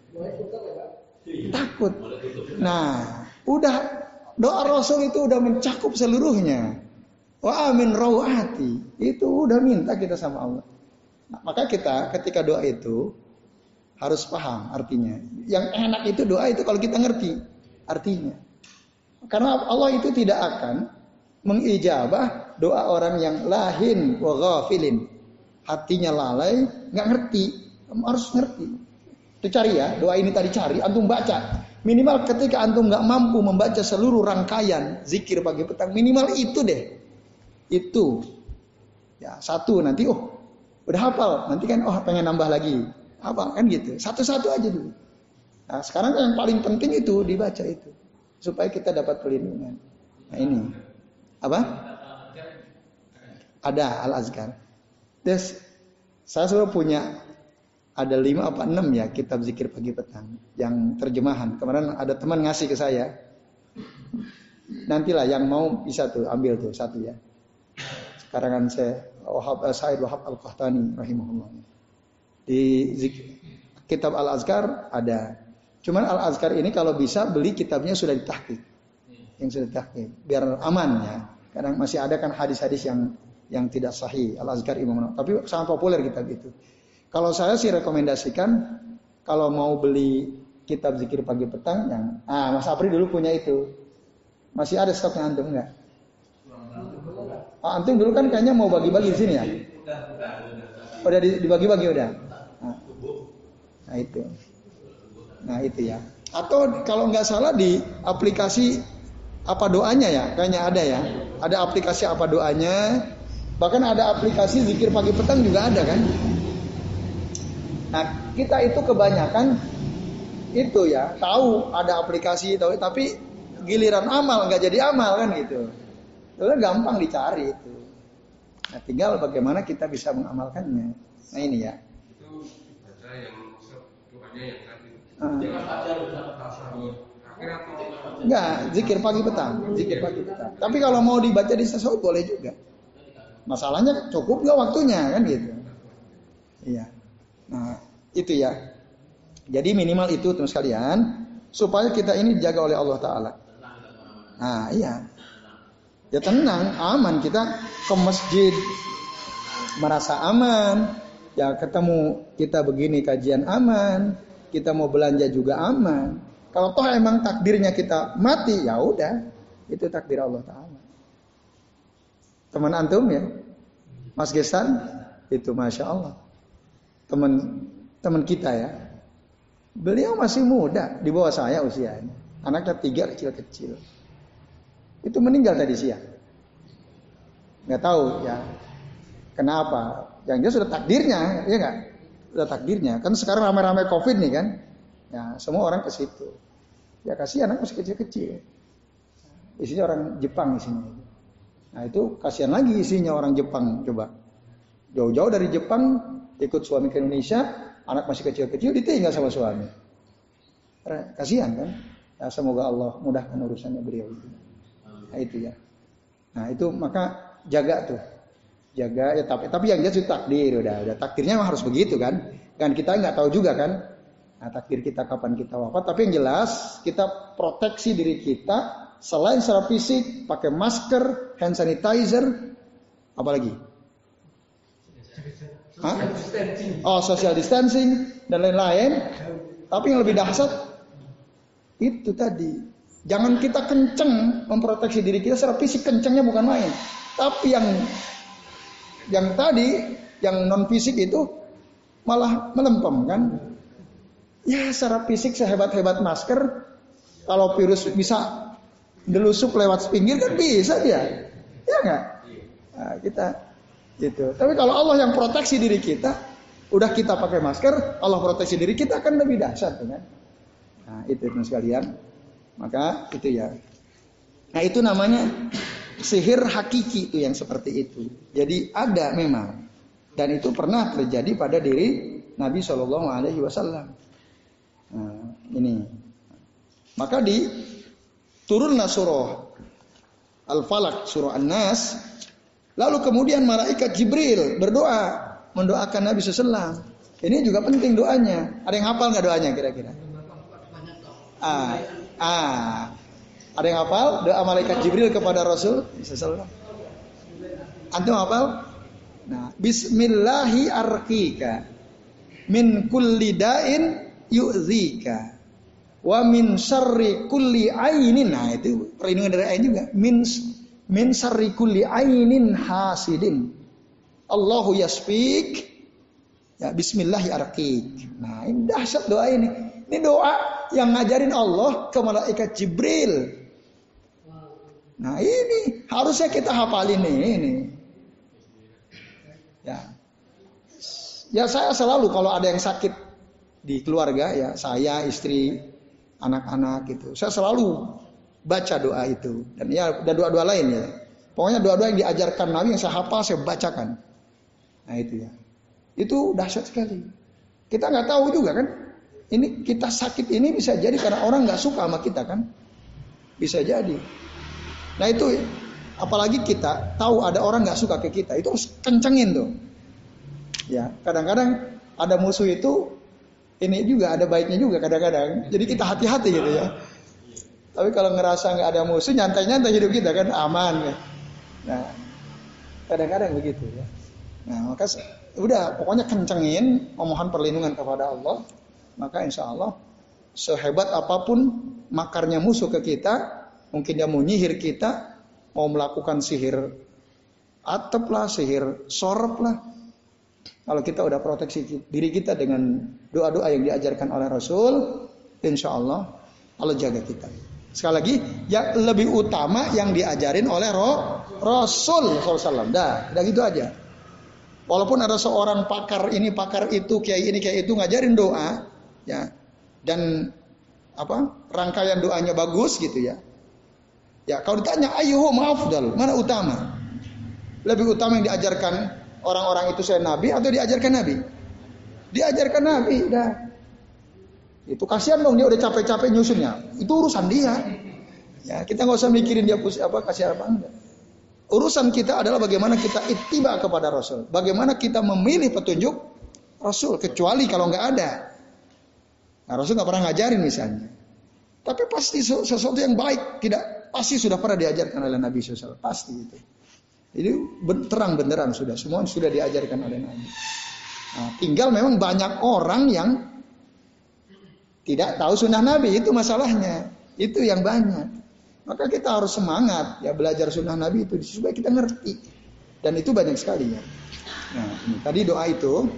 Takut. Nah, udah doa Rasul itu udah mencakup seluruhnya. Wa amin rawati. Itu udah minta kita sama Allah. Nah, maka kita ketika doa itu harus paham artinya. Yang enak itu doa itu kalau kita ngerti artinya. Karena Allah itu tidak akan mengijabah doa orang yang lahin wa ghafilin. Hatinya lalai, nggak ngerti. Kamu harus ngerti. Itu cari ya, doa ini tadi cari, antum baca. Minimal ketika antum nggak mampu membaca seluruh rangkaian zikir pagi petang, minimal itu deh. Itu. Ya, satu nanti oh, udah hafal. Nanti kan oh pengen nambah lagi. Hafal kan gitu. Satu-satu aja dulu. Nah, sekarang yang paling penting itu dibaca itu. Supaya kita dapat perlindungan. Nah ini. Apa? Ada Al-Azkar. Terus saya sudah punya ada lima apa enam ya kitab zikir pagi petang yang terjemahan. Kemarin ada teman ngasih ke saya. Nantilah yang mau bisa tuh ambil tuh satu ya. Karangan saya Wahab Said Wahab Al-Qahtani rahimahullah. Di zikir, kitab Al-Azkar ada. Cuman Al-Azkar ini kalau bisa beli kitabnya sudah ditahqiq. Yang sudah ditahqiq biar aman ya. Kadang masih ada kan hadis-hadis yang yang tidak sahih. Al-Azkar Imam Nawawi. Tapi sangat populer kitab itu. Kalau saya sih rekomendasikan kalau mau beli kitab zikir pagi petang yang ah Mas Apri dulu punya itu. Masih ada stoknya antum enggak? Ah, antum dulu kan kayaknya mau bagi-bagi di sini ya? Udah dibagi-bagi udah. Nah, nah itu. Nah itu ya. Atau kalau nggak salah di aplikasi apa doanya ya, kayaknya ada ya. Ada aplikasi apa doanya. Bahkan ada aplikasi zikir pagi petang juga ada kan. Nah kita itu kebanyakan itu ya tahu ada aplikasi tahu, tapi giliran amal nggak jadi amal kan gitu. Itu gampang dicari itu. Nah tinggal bagaimana kita bisa mengamalkannya. Nah ini ya. Itu baca yang doanya yang tadi. Ah. Jangan baca tasawuf. Akhirnya enggak, zikir pagi petang, zikir pagi petang. Tapi kalau mau dibaca di tasawuf boleh juga. Masalahnya cukup nggak waktunya kan gitu. Iya. Nah itu ya. Jadi minimal itu teman sekalian supaya kita ini dijaga oleh Allah Taala. Nah iya. Ya tenang, aman kita ke masjid merasa aman. Ya ketemu kita begini kajian aman. Kita mau belanja juga aman. Kalau toh emang takdirnya kita mati, ya udah, itu takdir Allah Taala. Teman antum ya, Mas Gestan, itu masya Allah, teman teman kita ya. Beliau masih muda, di bawah saya usianya, anaknya tiga kecil-kecil. Itu meninggal tadi siang. Nggak tahu ya, kenapa? Yang dia sudah takdirnya, ya nggak? Sudah takdirnya. Kan sekarang ramai-ramai COVID nih kan, ya semua orang ke situ. Ya kasihan anak masih kecil-kecil. Isinya orang Jepang isinya. Nah itu kasihan lagi isinya orang Jepang. Coba jauh-jauh dari Jepang ikut suami ke Indonesia, anak masih kecil-kecil ditinggal sama suami. Kasihan kan? Ya, semoga Allah mudahkan urusannya beliau itu. Nah itu ya. Nah itu maka jaga tuh, jaga ya tapi tapi yang jelas itu takdir udah, udah takdirnya memang harus begitu kan? Kan kita nggak tahu juga kan? Nah, takdir kita kapan kita wafat, tapi yang jelas kita proteksi diri kita selain secara fisik, pakai masker, hand sanitizer, apa lagi? Hah? Oh, social distancing dan lain-lain. Tapi yang lebih dahsyat itu tadi, jangan kita kenceng memproteksi diri kita secara fisik, kencengnya bukan main. Tapi yang yang tadi, yang non fisik itu malah melempem kan? Ya secara fisik sehebat-hebat masker, kalau virus bisa delusup lewat pinggir kan bisa dia, ya nggak? Nah, kita gitu. Tapi kalau Allah yang proteksi diri kita, udah kita pakai masker, Allah proteksi diri kita kan lebih dahsyat kan? Nah, itu teman sekalian. Maka itu ya. Nah, itu namanya sihir hakiki itu yang seperti itu. Jadi ada memang. Dan itu pernah terjadi pada diri Nabi shallallahu alaihi wasallam. Nah, ini. Maka di turunlah surah Al-Falaq, surah An-Nas. Lalu kemudian malaikat Jibril berdoa, mendoakan Nabi shallallahu alaihi wasallam. Ini juga penting doanya. Ada yang hafal nggak doanya kira-kira? Ah, ah. Ada yang hafal doa malaikat Jibril kepada Rasul shallallahu alaihi wasallam? Antum hafal? Nah, Bismillahi arqika min kulli da'in yu'zika wa min syarri kulli ainin. Nah, itu perlindungan dari ain juga. Min min syarri kulli ainin hasidin. Allahu yasfik. Ya, Bismillahi arqik. Nah, ini dahsyat doa ini. Ini doa yang ngajarin Allah ke malaikat Jibril. Nah, ini harusnya kita hafalin ini. ini. Ya. Ya saya selalu kalau ada yang sakit di keluarga ya, saya, istri, anak-anak gitu. Saya selalu baca doa itu. Dan ya ada doa-doa lain ya. Pokoknya doa-doa yang diajarkan Nabi yang saya hafal saya bacakan. Nah, itu ya. Itu dahsyat sekali. Kita nggak tahu juga kan. Ini kita sakit ini bisa jadi karena orang nggak suka sama kita kan. Bisa jadi. Nah, itu apalagi kita tahu ada orang nggak suka ke kita, itu harus kencengin tuh. Ya, kadang-kadang ada musuh itu ini juga ada baiknya juga kadang-kadang. Jadi kita hati-hati gitu ya. Tapi kalau ngerasa nggak ada musuh, nyantai-nyantai hidup kita kan aman. Ya. Nah, kadang-kadang begitu ya. Nah, maka udah pokoknya kencengin, memohon perlindungan kepada Allah. Maka insya Allah sehebat apapun makarnya musuh ke kita, mungkin dia mau nyihir kita, mau melakukan sihir atap lah, sihir sorop lah. Kalau kita udah proteksi diri kita dengan doa-doa yang diajarkan oleh Rasul, insya Allah Allah jaga kita. Sekali lagi, yang lebih utama yang diajarin oleh Rasul shallallahu alaihi wasallam. Dah, udah gitu aja. Walaupun ada seorang pakar ini, pakar itu, kiai ini, kiai itu ngajarin doa, ya, dan apa rangkaian doanya bagus gitu ya. Ya, kalau ditanya ayyuhu ma'afdal, mana utama? Lebih utama yang diajarkan orang-orang itu saya Nabi atau diajarkan Nabi? Diajarkan Nabi, dah. Itu kasihan dong dia udah capek-capek nyusunnya. Itu urusan dia. Ya, kita nggak usah mikirin dia pusing apa kasihan apa enggak. Urusan kita adalah bagaimana kita ittiba kepada Rasul. Bagaimana kita memilih petunjuk Rasul, kecuali kalau nggak ada. Nah, Rasul nggak pernah ngajarin misalnya. Tapi pasti sesuatu yang baik tidak pasti sudah pernah diajarkan oleh Nabi shallallahu alaihi wasallam. Pasti itu. Jadi terang benderang sudah semua sudah diajarkan oleh Nabi. Nah, tinggal memang banyak orang yang tidak tahu sunnah Nabi, itu masalahnya. Itu yang banyak. Maka kita harus semangat ya belajar sunnah Nabi itu supaya kita ngerti. Dan itu banyak sekali ya. Nah, ini tadi doa itu.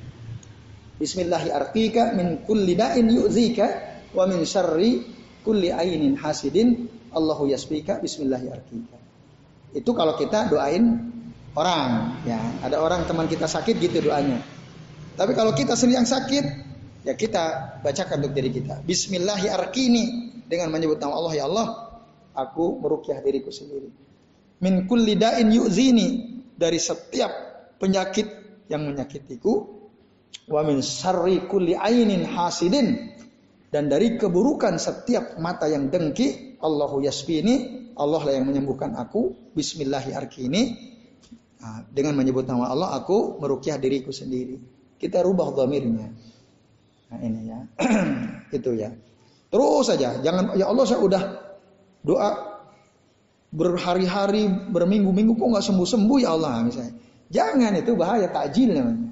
Bismillahirrahmanirrahim min kulli da'in yu'zika wa min syarri kulli ainin hasidin Allahu yasbika bismillahirrahmanirrahim. Itu kalau kita doain orang ya, ada orang teman kita sakit gitu doanya. Tapi kalau kita sendiri yang sakit, ya kita bacakan untuk diri kita. Bismillahirrahmanirrahim dengan menyebut nama Allah, ya Allah, aku meruqyah diriku sendiri. Min kulli da'in yu'zini, dari setiap penyakit yang menyakitiku. Wa min syarri kulli ainin hasidin, dan dari keburukan setiap mata yang dengki, Allahu yasfini, Allah lah yang menyembuhkan aku. Bismillahirrahmanirrahim. Nah, dengan menyebut nama Allah aku meruqyah diriku sendiri. Kita rubah dhamirnya. Nah, ini ya. Itu ya. Terus saja, jangan ya Allah saya udah doa berhari-hari, berminggu-minggu kok nggak sembuh-sembuh ya Allah misalnya. Jangan, itu bahaya, takjil namanya.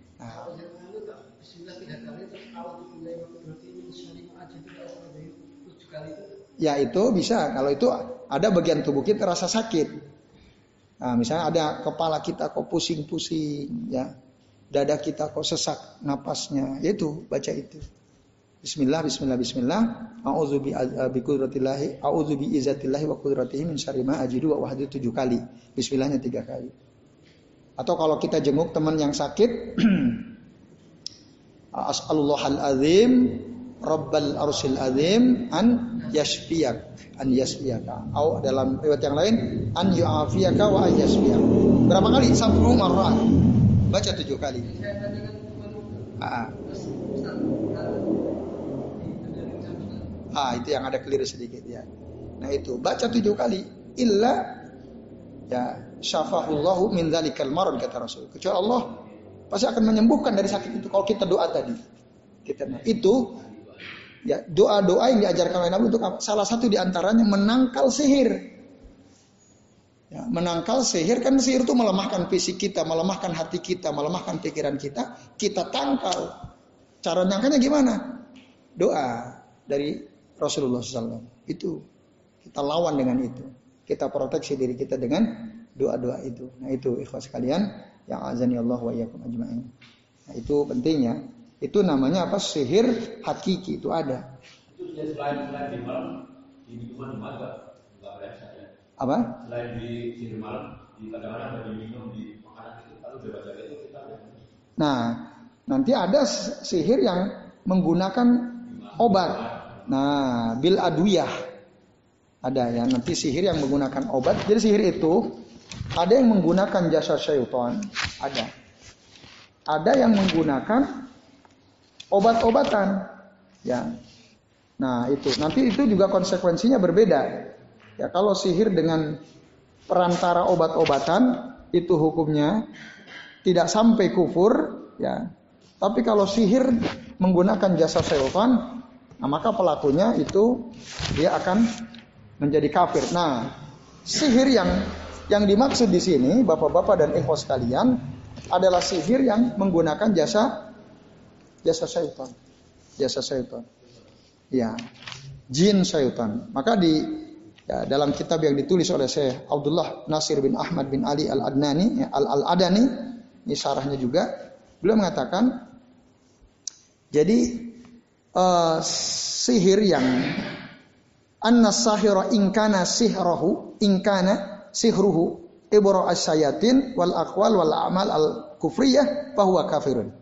Ya itu bisa, kalau itu ada bagian tubuh kita rasa sakit. Nah, misalnya ada kepala kita kok pusing-pusing, ya, dada kita kok sesak napasnya, itu baca itu. Bismillah, Bismillah, Bismillah. A'udzu bi qudratillahi, a'udzu bi izzatillahi wa qudratihi min syarri ma ajidu wa wahdi tujuh kali. Bismillahnya tiga kali. Atau kalau kita jenguk teman yang sakit, As'alullahal azim Rabbal arsil azim an yashfiyak an yashfiyaka. Atau dalam riwayat yang lain an yu'afiyaka wa an yashfiyak. Berapa kali? Sab'u marrat. Baca tujuh kali. Ah. Ah, itu yang ada keliru sedikit ya. Nah itu baca tujuh kali. Illa ya syafahullahu min dzalikal marad kata Rasul. Kecuali Allah pasti akan menyembuhkan dari sakit itu kalau kita doa tadi. Kita nah, itu ya doa-doa yang diajarkan oleh Nabi untuk apa? Salah satu diantaranya menangkal sihir. Ya, menangkal sihir kan sihir itu melemahkan fisik kita, melemahkan hati kita, melemahkan pikiran kita. Kita tangkal. Cara nangkalnya gimana? Doa dari Rasulullah shallallahu alaihi wasallam. Itu kita lawan dengan itu. Kita proteksi diri kita dengan doa-doa itu. Nah itu ikhwas sekalian yang azani Allah wa iyyakum ajma'in. Nah itu pentingnya. Itu namanya apa? Sihir hakiki itu ada. Itu selain selain di malam di minuman di mata enggak biasa ya. Apa? Selain di sihir malam di kadang-kadang ada di minum di makanan itu kalau udah baca itu kita ada. Nah, nanti ada sihir yang menggunakan obat. Nah, bil adwiyah. Ada ya, nanti sihir yang menggunakan obat. Jadi sihir itu ada yang menggunakan jasa syaitan, ada. Ada yang menggunakan obat-obatan, ya. Nah itu, nanti itu juga konsekuensinya berbeda. Ya kalau sihir dengan perantara obat-obatan itu hukumnya tidak sampai kufur, ya. Tapi kalau sihir menggunakan jasa syaitan, nah maka pelakunya itu dia akan menjadi kafir. Nah, sihir yang yang dimaksud di sini, bapak-bapak dan ikhwas sekalian, adalah sihir yang menggunakan jasa jasa syaitan, jasa syaitan, ya, jin syaitan. Maka di ya, dalam kitab yang ditulis oleh Syekh Abdullah Nasir bin Ahmad bin Ali Al Adnani, ya, Al Al Adani, ini syarahnya juga, beliau mengatakan, jadi uh, sihir yang anna sahira inkana sihrahu inkana sihruhu ibra asyayatin wal aqwal wal a'mal al kufriyah fahuwa kafirun.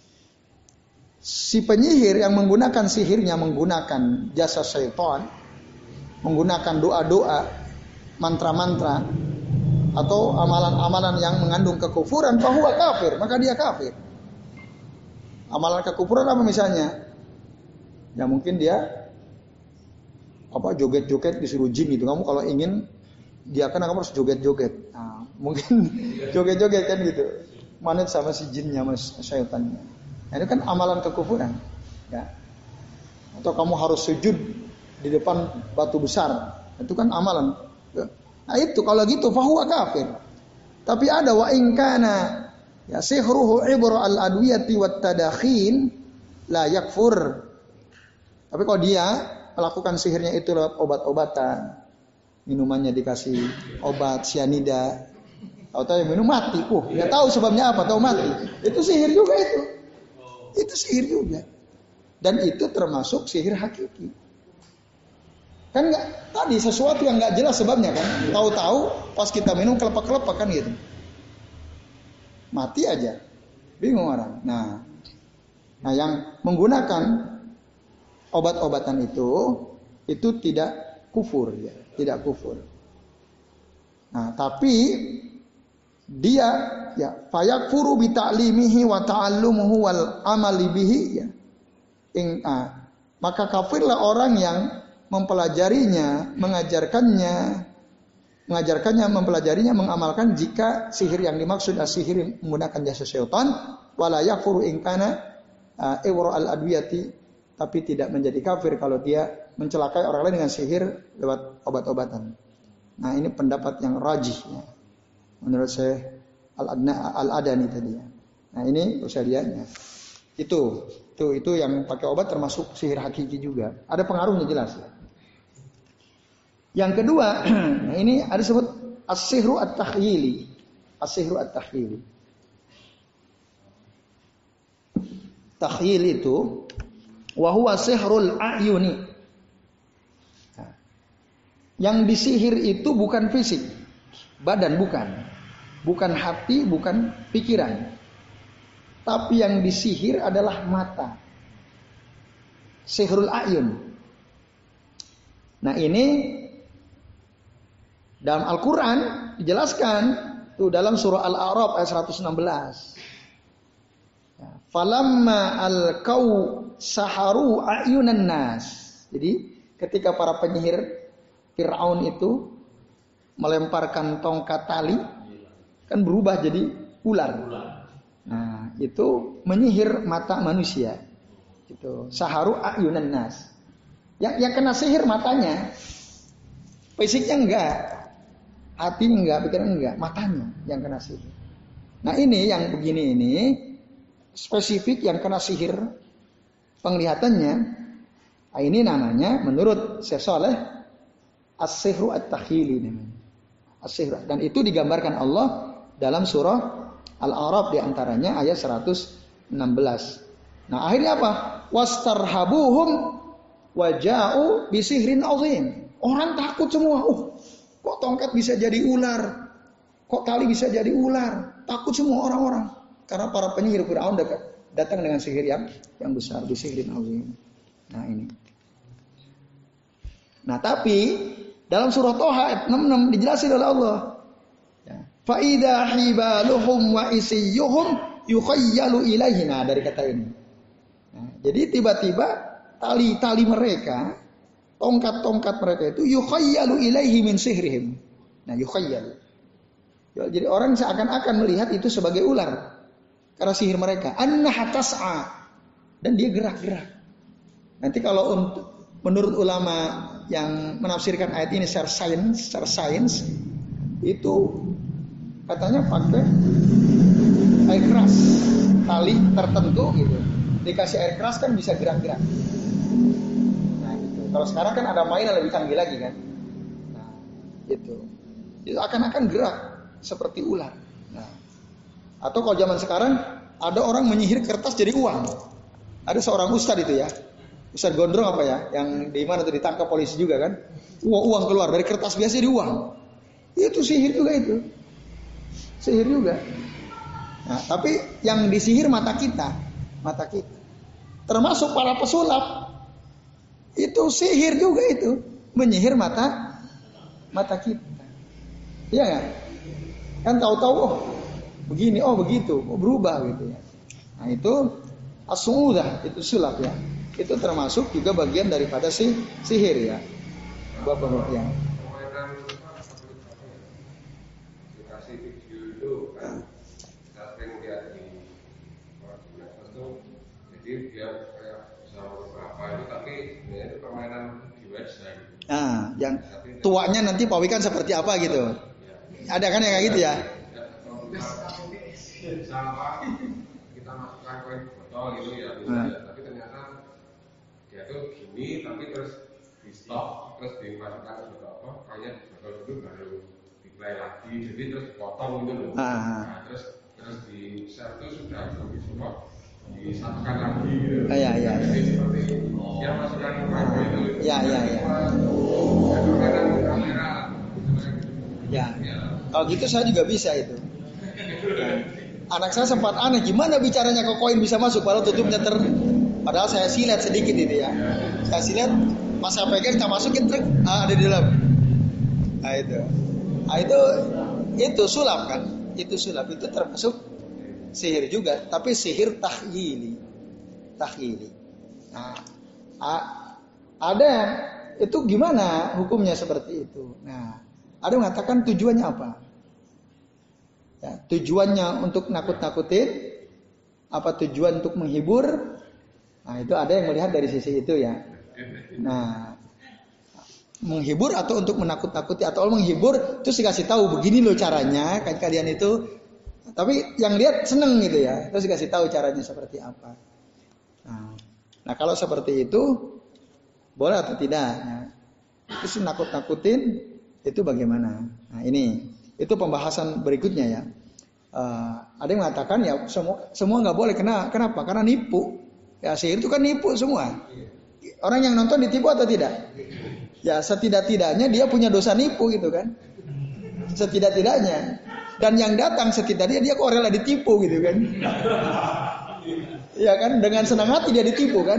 Si penyihir yang menggunakan sihirnya menggunakan jasa syaitan, menggunakan doa-doa, mantra-mantra atau amalan-amalan yang mengandung kekufuran, fahuwa kafir, maka dia kafir. Amalan kekufuran apa misalnya? Ya mungkin dia apa joget-joget disuruh jin gitu. Kamu kalau ingin dia kan kamu harus joget-joget. Nah, mungkin joget-joget kan gitu. Manut sama si jinnya, sama syaitannya. Nah, itu kan amalan kekufuran. Ya. Atau kamu harus sujud di depan batu besar. Itu kan amalan. Nah, itu kalau gitu fahuwa kafir. Tapi ada wa in kana ya sihruhu ibra al adwiyati wat tadakhin la yakfur. Tapi kalau dia melakukan sihirnya itu lewat obat-obatan, minumannya dikasih obat sianida, atau yang minum mati, uh, nggak tahu sebabnya apa, tahu mati, itu sihir juga itu, itu sihir juga, dan itu termasuk sihir hakiki. Kan nggak tadi sesuatu yang nggak jelas sebabnya kan, tahu-tahu pas kita minum kelepak-kelepak kan gitu, mati aja, bingung orang. Nah, nah yang menggunakan obat-obatan itu itu tidak kufur ya, tidak kufur. Nah, tapi dia ya fayakfuru bi ta'limihi wa ta'allumuhu wal amali bihi ya. In, ah, maka kafirlah orang yang mempelajarinya, mengajarkannya, mengajarkannya, mempelajarinya, mengamalkan jika sihir yang dimaksud adalah sihir menggunakan jasa syaitan, wala yakfuru in kana iwra al adwiyati, tapi tidak menjadi kafir kalau dia mencelakai orang lain dengan sihir lewat obat-obatan. Nah ini pendapat yang rajih ya. Menurut saya Al-Adani tadi ya. Nah ini saya lihatnya. Itu, itu, itu yang pakai obat termasuk sihir hakiki juga. Ada pengaruhnya jelas ya. Yang kedua, nah ini ada sebut as-sihru at-takhyili. As-sihru at-takhyili. Takhyil itu wa huwa sihrul a'yuni. Yang disihir itu bukan fisik, badan bukan, bukan hati, bukan pikiran, tapi yang disihir adalah mata. Sihrul a'yun. Nah ini dalam Al-Quran dijelaskan tuh dalam surah Al-A'raf ayat seratus enam belas. Falamma al-kau saharu a'yunan nas. Jadi ketika para penyihir Fir'aun itu melemparkan tongkat tali, kan berubah jadi ular. Nah itu menyihir mata manusia. Gitu. Saharu a'yunan nas. Yang, yang kena sihir matanya, fisiknya enggak, hatinya enggak, pikiran enggak, matanya yang kena sihir. Nah ini yang begini ini spesifik yang kena sihir penglihatannya. Nah, ini namanya menurut Syekh Saleh as-sihru at-takhili namanya. As-sihru, dan itu digambarkan Allah dalam surah Al-A'raf diantaranya ayat seratus enam belas. Nah akhirnya apa? Wastarhabuhum waja'u bisihrin azim. Orang takut semua. Uh, kok tongkat bisa jadi ular? Kok tali bisa jadi ular? Takut semua orang-orang. Karena para penyihir Fir'aun datang dengan sihir yang yang besar, bisihrin azim. Nah ini. Nah tapi dalam surah Toha ayat enam puluh enam dijelasin oleh Allah. Fa idza hibaluhum wa isiyuhum yukhayyalu ilaihi. Nah dari kata ini. Nah, jadi tiba-tiba tali-tali mereka, tongkat-tongkat mereka itu yukhayyalu ilaihi min sihrihim. Nah, yukhayyalu. Jadi orang seakan-akan melihat itu sebagai ular karena sihir mereka. Annaha tas'a, dan dia gerak-gerak. Nanti kalau untuk menurut ulama yang menafsirkan ayat ini secara sains, secara sains itu katanya pakai air keras, tali tertentu gitu. Dikasih air keras kan bisa gerak-gerak. Nah gitu. Kalau sekarang kan ada mainan lebih canggih lagi kan. Nah itu. Itu akan-akan gerak seperti ular. Nah, atau kalau zaman sekarang ada orang menyihir kertas jadi uang. Ada seorang ustadz itu ya. Ustadz gondrong apa ya? Yang di mana tuh ditangkap polisi juga kan. Uang, uang keluar dari kertas biasa jadi uang. Itu sihir juga itu. Sihir juga. Nah, tapi yang disihir mata kita. Mata kita, termasuk para pesulap, itu sihir juga itu, menyihir mata mata kita, iya kan? Kan tahu-tahu, oh begini, oh begitu, oh berubah gitu ya. Nah itu as-su'udah, itu sulap ya, itu termasuk juga bagian daripada si sihir ya, bapak-bapak ya. Dikasih video itu kan, sering lihat di jadi dia kayak bisa apa itu, tapi ya itu permainan di website. Nah, yang tuanya nanti Pak Wikan seperti apa gitu? Ya. Ada kan yang kayak gitu ya? Sama kita masukkan koin botol gitu ya, nah. Ya, tapi ternyata dia tuh gini, tapi terus di stop, terus dimasukkan ke botol apa? Kayaknya botol dulu baru diplay lagi, jadi terus potong gitu loh. Ah. Nah, terus terus di share itu sudah di semua. Disatukan lagi gitu. Oh, ya, ya, ya. Jadi seperti yang masukkan ke itu. Ya, ya, ya. Kamera. Ya. Kalau gitu saya juga bisa itu. Nah, anak saya sempat aneh, gimana bicaranya kok koin bisa masuk padahal tutupnya ter padahal saya silet sedikit itu ya. Saya silet, pas saya pegang kita masukin truk, ah, ada di dalam. Nah itu. Nah itu itu sulap kan? Itu sulap, itu termasuk sihir juga, tapi sihir tahyili, tahyili. Nah, ada itu gimana hukumnya seperti itu. Nah, ada yang mengatakan tujuannya apa? Ya, tujuannya untuk nakut-nakutin, apa tujuan untuk menghibur? Nah, itu ada yang melihat dari sisi itu ya. Nah, menghibur atau untuk menakut-nakuti atau menghibur, terus dikasih tahu begini loh caranya, kan kalian itu. Tapi yang lihat seneng gitu ya, terus dikasih tahu caranya seperti apa. Nah, nah kalau seperti itu boleh atau tidak? Nah, itu nakut-nakutin itu bagaimana? Nah ini itu pembahasan berikutnya ya. Uh, ada yang mengatakan ya semua semua nggak boleh, kena kenapa? Karena nipu. Ya sihir itu kan nipu semua. Orang yang nonton ditipu atau tidak? Ya setidak-tidaknya dia punya dosa nipu gitu kan. Setidak-tidaknya. Dan yang datang setidaknya dia kok rela ditipu gitu kan. Ya kan, dengan senang hati dia ditipu kan.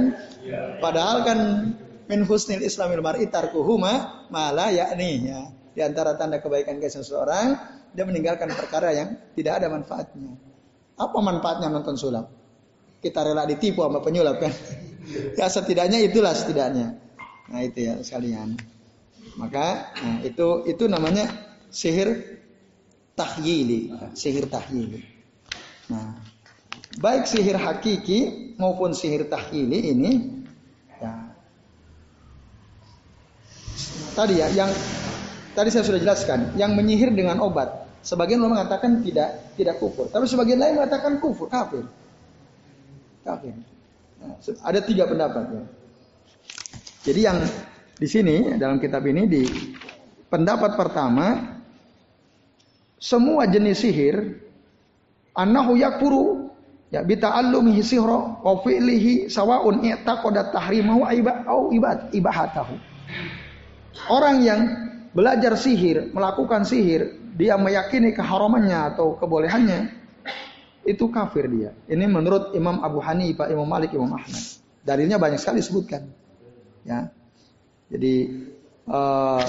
Padahal kan min husnil islamil mar'i tarkuhu ma la yakni ya. Di antara tanda kebaikan ke seseorang, dia meninggalkan perkara yang tidak ada manfaatnya. Apa manfaatnya nonton sulap? Kita rela ditipu sama penyulap kan? Ya setidaknya itulah setidaknya. Nah itu ya sekalian. Maka nah, itu itu namanya sihir tahyili, sihir tahyili. Nah, baik sihir hakiki maupun sihir tahyili ini ya. Tadi ya yang tadi saya sudah jelaskan, yang menyihir dengan obat. Sebagian ulama mengatakan tidak tidak kufur, tapi sebagian lain mengatakan kufur, kafir. Kafir. Nah, ada tiga pendapat ya. Jadi yang di sini dalam kitab ini di pendapat pertama, semua jenis sihir annahu yakfuru ya bi ta'allumihi sihra wa fi'lihi sawa'un i'taqada tahrimahu au ibad ibahatahu. Orang yang belajar sihir, melakukan sihir, dia meyakini keharamannya atau kebolehannya, itu kafir dia. Ini menurut Imam Abu Hanifah, Imam Malik, Imam Ahmad. Dalilnya banyak sekali disebutkan. Ya. Jadi uh,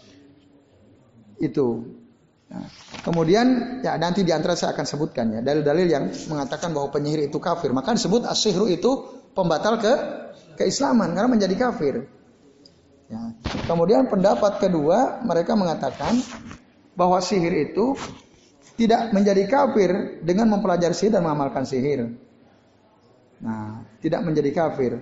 itu. Nah, kemudian ya nanti di antara saya akan sebutkan ya dalil-dalil yang mengatakan bahwa penyihir itu kafir. Maka disebut as-sihru itu pembatal ke keislaman karena menjadi kafir. Ya. Kemudian pendapat kedua, mereka mengatakan bahwa sihir itu tidak menjadi kafir dengan mempelajari sihir dan mengamalkan sihir. Nah, tidak menjadi kafir.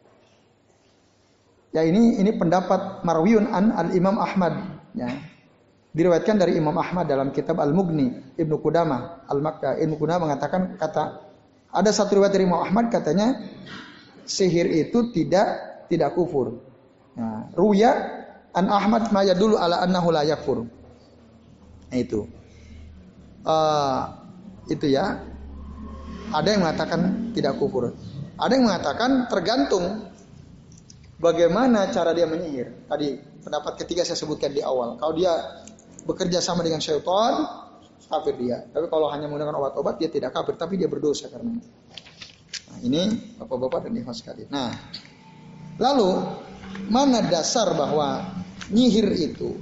Ya ini ini pendapat Marwiyun an al-Imam Ahmad. Ya. Diriwayatkan dari Imam Ahmad dalam kitab Al-Mughni, Ibnu Qudamah, Al-Makkah. Ibnu Qudamah mengatakan kata ada satu riwayat dari Imam Ahmad katanya sihir itu tidak tidak kufur. Nah, ruya an Ahmad ma yadullu ala annahu la yakfur. Nah, itu. Uh, itu ya. Ada yang mengatakan tidak kufur. Ada yang mengatakan tergantung bagaimana cara dia menyihir. Tadi pendapat ketiga saya sebutkan di awal. Kalau dia bekerja sama dengan syaitan, kafir dia. Tapi kalau hanya menggunakan obat-obat dia tidak kafir, tapi dia berdosa karena. Nah, ini Bapak-bapak dan ikhwan sekalian. Nah, lalu mana dasar bahwa nyihir itu,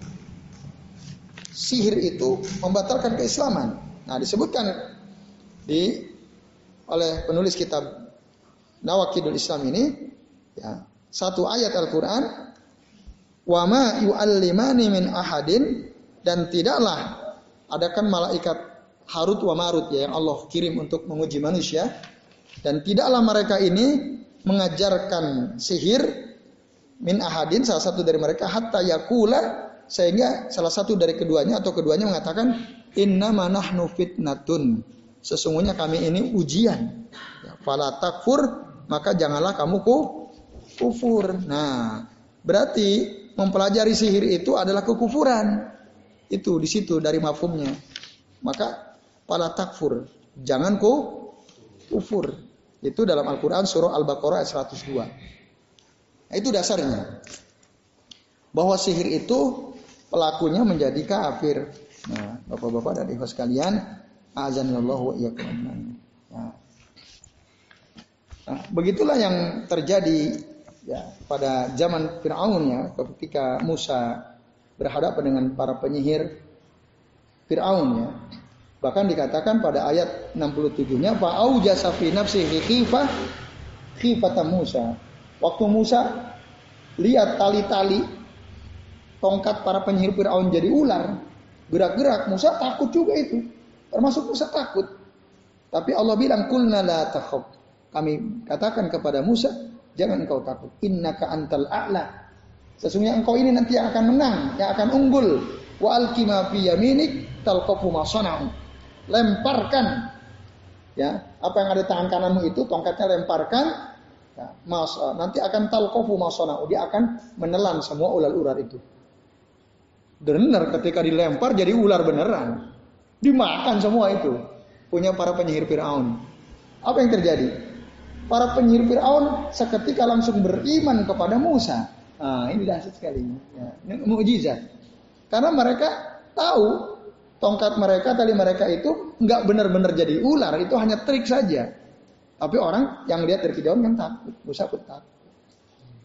sihir itu membatalkan keislaman? Nah, disebutkan di oleh penulis kitab Nawaqidul Islam ini, ya, satu ayat Al-Quran, wa ma yu'allimani min ahadin, dan tidaklah adakan malaikat Harut wa Marut ya yang Allah kirim untuk menguji manusia, dan tidaklah mereka ini mengajarkan sihir min ahadin, salah satu dari mereka, hatta yakula, sehingga salah satu dari keduanya atau keduanya mengatakan innama nahnu fitnatun, sesungguhnya kami ini ujian. Ya, fala takfur, maka janganlah kamu ku kufur. Nah, berarti mempelajari sihir itu adalah kekufuran. Itu di situ dari mafhumnya. Maka fala takfur, jangan ku kufur. Itu dalam Al-Qur'an surah Al-Baqarah ayat seratus dua. Nah, itu dasarnya. Bahwa sihir itu pelakunya menjadi kafir. Nah, Bapak-bapak dan ibu sekalian, azanillahu wa iyyakum ajmain. Nah, nah, begitulah yang terjadi ya pada zaman Fir'aun ya, ketika Musa berhadapan dengan para penyihir Fir'aun ya. Bahkan dikatakan pada ayat enam puluh tujuh-nya fa aujasa fi nafsihi khifah khifatan Musa. Waktu Musa lihat tali-tali tongkat para penyihir Fir'aun jadi ular, gerak-gerak, Musa takut juga itu. Termasuk Musa takut. Tapi Allah bilang qulna la takhaf. Kami katakan kepada Musa, jangan engkau takut. Innaka antal a'la. Sesungguhnya engkau ini nanti yang akan menang, yang akan unggul. Wa alqi ma fi yaminik talqafu ma sana'u. Lemparkan ya, apa yang ada di tangan kananmu itu, tongkatnya lemparkan. Ya, mas, nanti akan talqafu ma sana'u. Dia akan menelan semua ular-ular itu. Benar, ketika dilempar jadi ular beneran. Dimakan semua itu. Punya para penyihir Fir'aun. Apa yang terjadi? Para penyihir Fir'aun seketika langsung beriman kepada Musa. Nah, ini dahsyat sekali. Ya, ini mukjizat. Karena mereka tahu tongkat mereka, tali mereka itu nggak benar-benar jadi ular. Itu hanya trik saja. Tapi orang yang lihat dari kejauhan kan takut. Musa pun takut.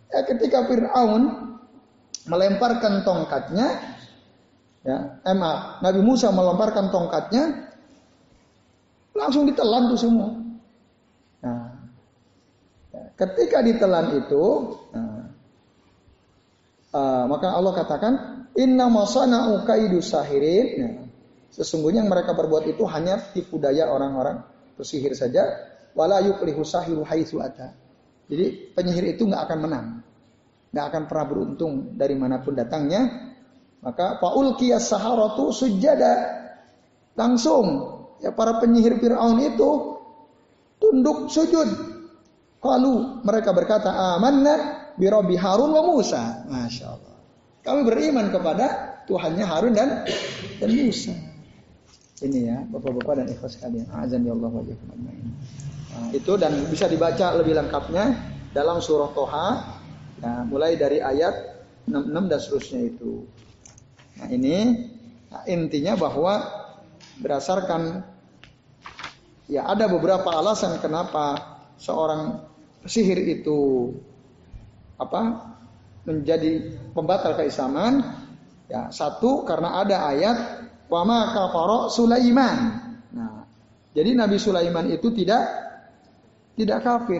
Ya, ketika Fir'aun melemparkan tongkatnya, ya, eh, maaf, Nabi Musa melemparkan tongkatnya, langsung ditelan tuh semua. Nah, ya, ketika ditelan itu, nah, uh, maka Allah katakan, Inna masana'u kaidu sahirin. Nah, sesungguhnya yang mereka berbuat itu hanya tipu daya orang-orang pesihir saja. Wala yuflihu sahiru haitsu ata. Jadi penyihir itu nggak akan menang, nggak akan pernah beruntung dari manapun datangnya. Maka faulqiyas saharatu sujada, langsung ya para penyihir Fir'aun itu tunduk sujud. Qalu, mereka berkata, amanna bi Rabbi Harun wa Musa. Masya Allah. Kami beriman kepada Tuhannya Harun dan dan Musa. Ini ya, bapak-bapak dan ikhwas sekalian. Azan ya Allah wa iyyakum ajmain. Nah, itu dan bisa dibaca lebih lengkapnya dalam surah Toha, ya, mulai dari ayat enam puluh enam dan seterusnya itu. Nah ini nah, intinya bahwa berdasarkan ya ada beberapa alasan kenapa seorang sihir itu apa menjadi pembatal keislaman. Ya, satu karena ada ayat wa ma kafara Sulaiman. Nah, jadi Nabi Sulaiman itu tidak tidak kafir.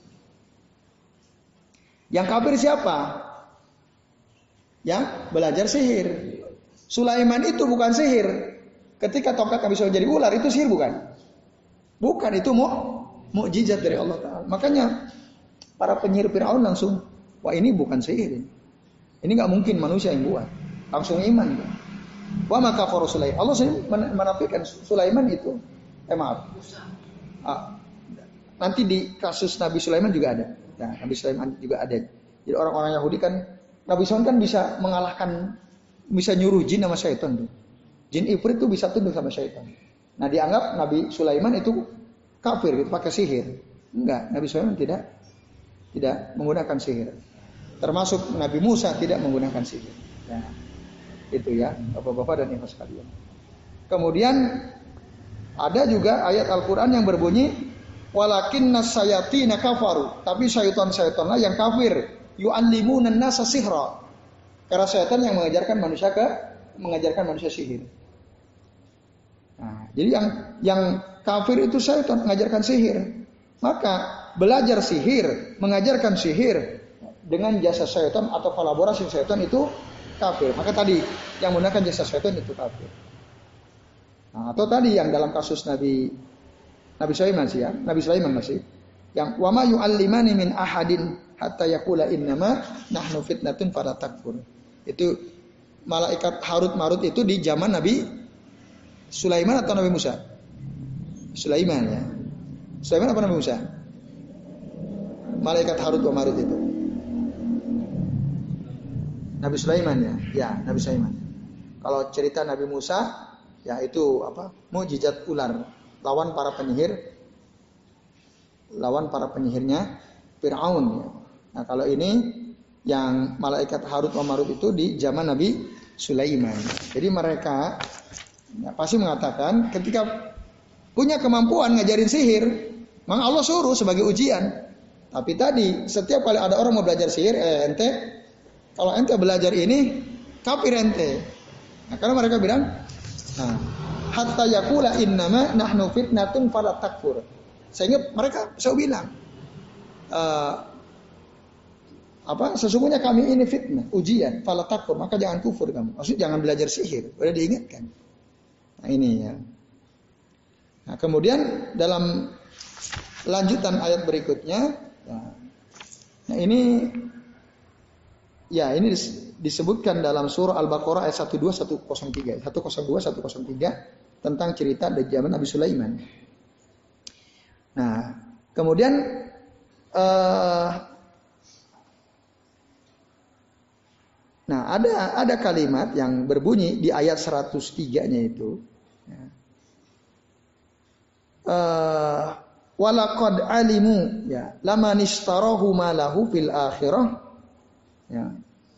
Yang kafir siapa? Yang belajar sihir. Sulaiman itu bukan sihir. Ketika tongkat Nabi Sulaiman jadi ular, itu sihir bukan? Bukan, itu mu mukjizat dari Allah Ta'ala. Makanya para penyihir Fir'aun langsung, wah ini bukan sihir. Ini gak mungkin manusia yang buat. Langsung iman. Wa maka kafara Sulaiman. Allah menafikan Sulaiman itu. Eh maaf. Ah, nanti di kasus Nabi Sulaiman juga ada. Nah, Nabi Sulaiman juga ada. Jadi orang-orang Yahudi kan, Nabi Sulaiman kan bisa mengalahkan, bisa nyuruh jin sama syaitan tuh. Jin ifrit tuh bisa tunduk sama syaitan. Nah dianggap Nabi Sulaiman itu kafir, gitu, pakai sihir. Enggak, Nabi Sulaiman tidak tidak menggunakan sihir. Termasuk Nabi Musa tidak menggunakan sihir. Nah, itu ya, bapak-bapak dan ibu sekalian. Kemudian ada juga ayat Al-Quran yang berbunyi, walakinna sayatina kafaru. Tapi syaitan-syaitanlah yang kafir. Yu'allimuna an-nasa sihra. Karena syaitan yang mengajarkan manusia ke mengajarkan manusia sihir. Nah, jadi yang yang kafir itu syaitan mengajarkan sihir. Maka belajar sihir, mengajarkan sihir dengan jasa syaitan atau kolaborasi syaitan itu kafir. Maka tadi yang menggunakan jasa syaitan itu kafir. Nah, atau tadi yang dalam kasus Nabi Nabi Sulaiman sih ya, Nabi Sulaiman masih yang wa ma yu'allimani min ahadin hatta yaqula innama nahnu fitnatun fala takfur. Itu malaikat Harut Marut itu di zaman Nabi Sulaiman atau Nabi Musa? Sulaiman ya. Sulaiman apa Nabi Musa? Malaikat Harut wa Marut itu. Nabi Sulaiman ya. Ya, Nabi Sulaiman. Kalau cerita Nabi Musa ya itu apa? Mukjizat ular lawan para penyihir lawan para penyihirnya Fir'aun ya. Nah, kalau ini yang malaikat Harut wa Marut itu di zaman Nabi Sulaiman. Jadi mereka ya, pasti mengatakan ketika punya kemampuan ngajarin sihir, memang Allah suruh sebagai ujian. Tapi tadi setiap kali ada orang mau belajar sihir, eh ente kalau ente belajar ini kafir ente. Nah, karena mereka bilang, nah, hatta yaqula innama nahnu fitnatun fala takfur. Sehingga mereka selalu bilang, uh, apa sesungguhnya kami ini fitnah, ujian, fala takfur, maka jangan kufur kamu. Maksudnya jangan belajar sihir, udah diingatkan. Nah ini ya. Nah kemudian dalam lanjutan ayat berikutnya, ya, nah ini, ya ini disebutkan dalam surah Al-Baqarah ayat seratus dua seratus tiga, seratus dua seratus tiga tentang cerita dari zaman Nabi Sulaiman. Nah kemudian uh, nah ada ada kalimat yang berbunyi di ayat seratus tiga-nya itu. Ya. Uh, walaqad alimu ya laman ishtarahu ma lahu fil akhirah ya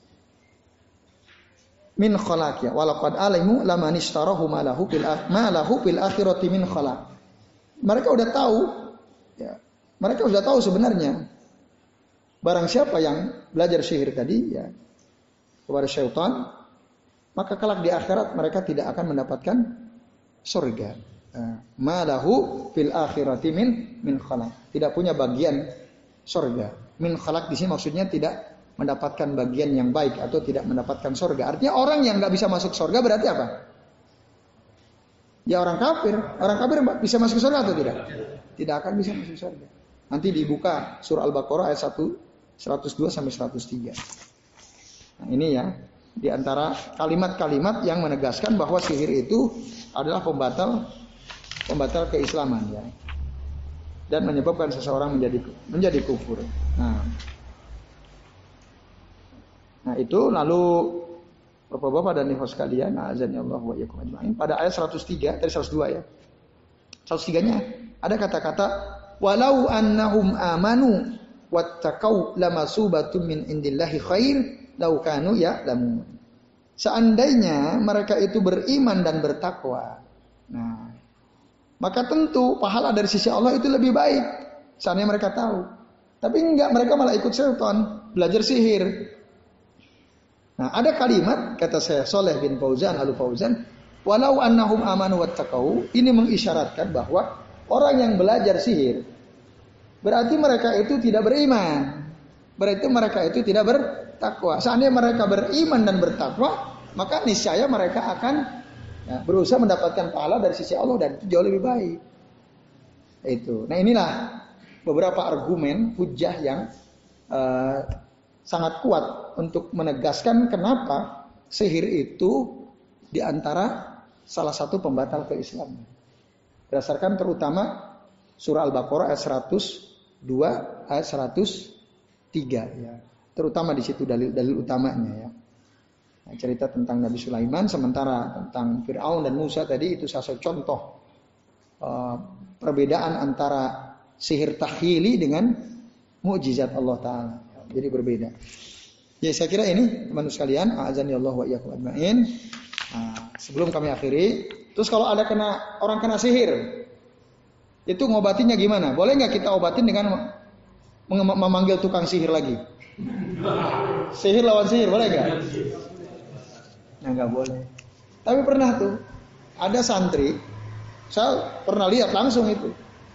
min khalaq ya walaqad alimu laman ishtarahu ma lahu fil ma lahu fil akhirati min khalaq. Mereka udah tahu ya mereka sudah tahu sebenarnya barang siapa yang belajar sihir tadi ya kepada syaitan, maka kelak di akhirat mereka tidak akan mendapatkan surga. Malahu fil akhirati min min khalaq. Tidak punya bagian surga. Min khalaq di sini maksudnya tidak mendapatkan bagian yang baik atau tidak mendapatkan surga. Artinya orang yang nggak bisa masuk surga berarti apa? Ya orang kafir. Orang kafir bisa masuk surga atau tidak? Tidak akan bisa masuk surga. Nanti dibuka surah Al-Baqarah ayat satu, seratus dua sampai seratus tiga. Nah, ini ya di antara kalimat-kalimat yang menegaskan bahwa sihir itu adalah pembatal pembatal keislaman ya. Dan menyebabkan seseorang menjadi menjadi kufur. Nah, nah itu lalu Bapak-bapak dan ibu sekalian, azan ya Allah wa iyyakum ajmain. Pada ayat seratus tiga, dari seratus dua ya. seratus tiga-nya ada kata-kata walau annahum amanu wattaqau lamasubatun min indillahi khair law kanu ya'lamun. Seandainya mereka itu beriman dan bertakwa. Nah, maka tentu pahala dari sisi Allah itu lebih baik. Seandainya mereka tahu. Tapi enggak, mereka malah ikut syaitan, belajar sihir. Nah, ada kalimat kata saya Saleh bin Fauzan Al-Fauzan, walau annahum amanu wattaqau, ini mengisyaratkan bahwa orang yang belajar sihir berarti mereka itu tidak beriman. Berarti mereka itu tidak bertakwa. Seandainya mereka beriman dan bertakwa, maka niscaya mereka akan ya, berusaha mendapatkan pahala dari sisi Allah dan itu jauh lebih baik. Itu. Nah, inilah beberapa argumen hujah yang uh, sangat kuat untuk menegaskan kenapa sihir itu diantara salah satu pembatal keislaman. Berdasarkan terutama surah Al-Baqarah ayat seratus dua ayat seratus tiga ya. Terutama di situ dalil-dalil utamanya ya. Nah, cerita tentang Nabi Sulaiman, sementara tentang Fir'aun dan Musa tadi itu salah satu contoh uh, perbedaan antara sihir tahyili dengan mukjizat Allah Ta'ala. Jadi berbeda. Ya, saya kira ini teman-teman sekalian, a'azani Allah wa iyyakum ajmain. Nah, sebelum kami akhiri, terus kalau ada kena orang kena sihir, itu ngobatinya gimana? Boleh nggak kita obatin dengan mem- memanggil tukang sihir lagi? Sihir lawan sihir, boleh nggak? Nah, nggak boleh. Tapi pernah tuh, ada santri, saya pernah lihat langsung itu,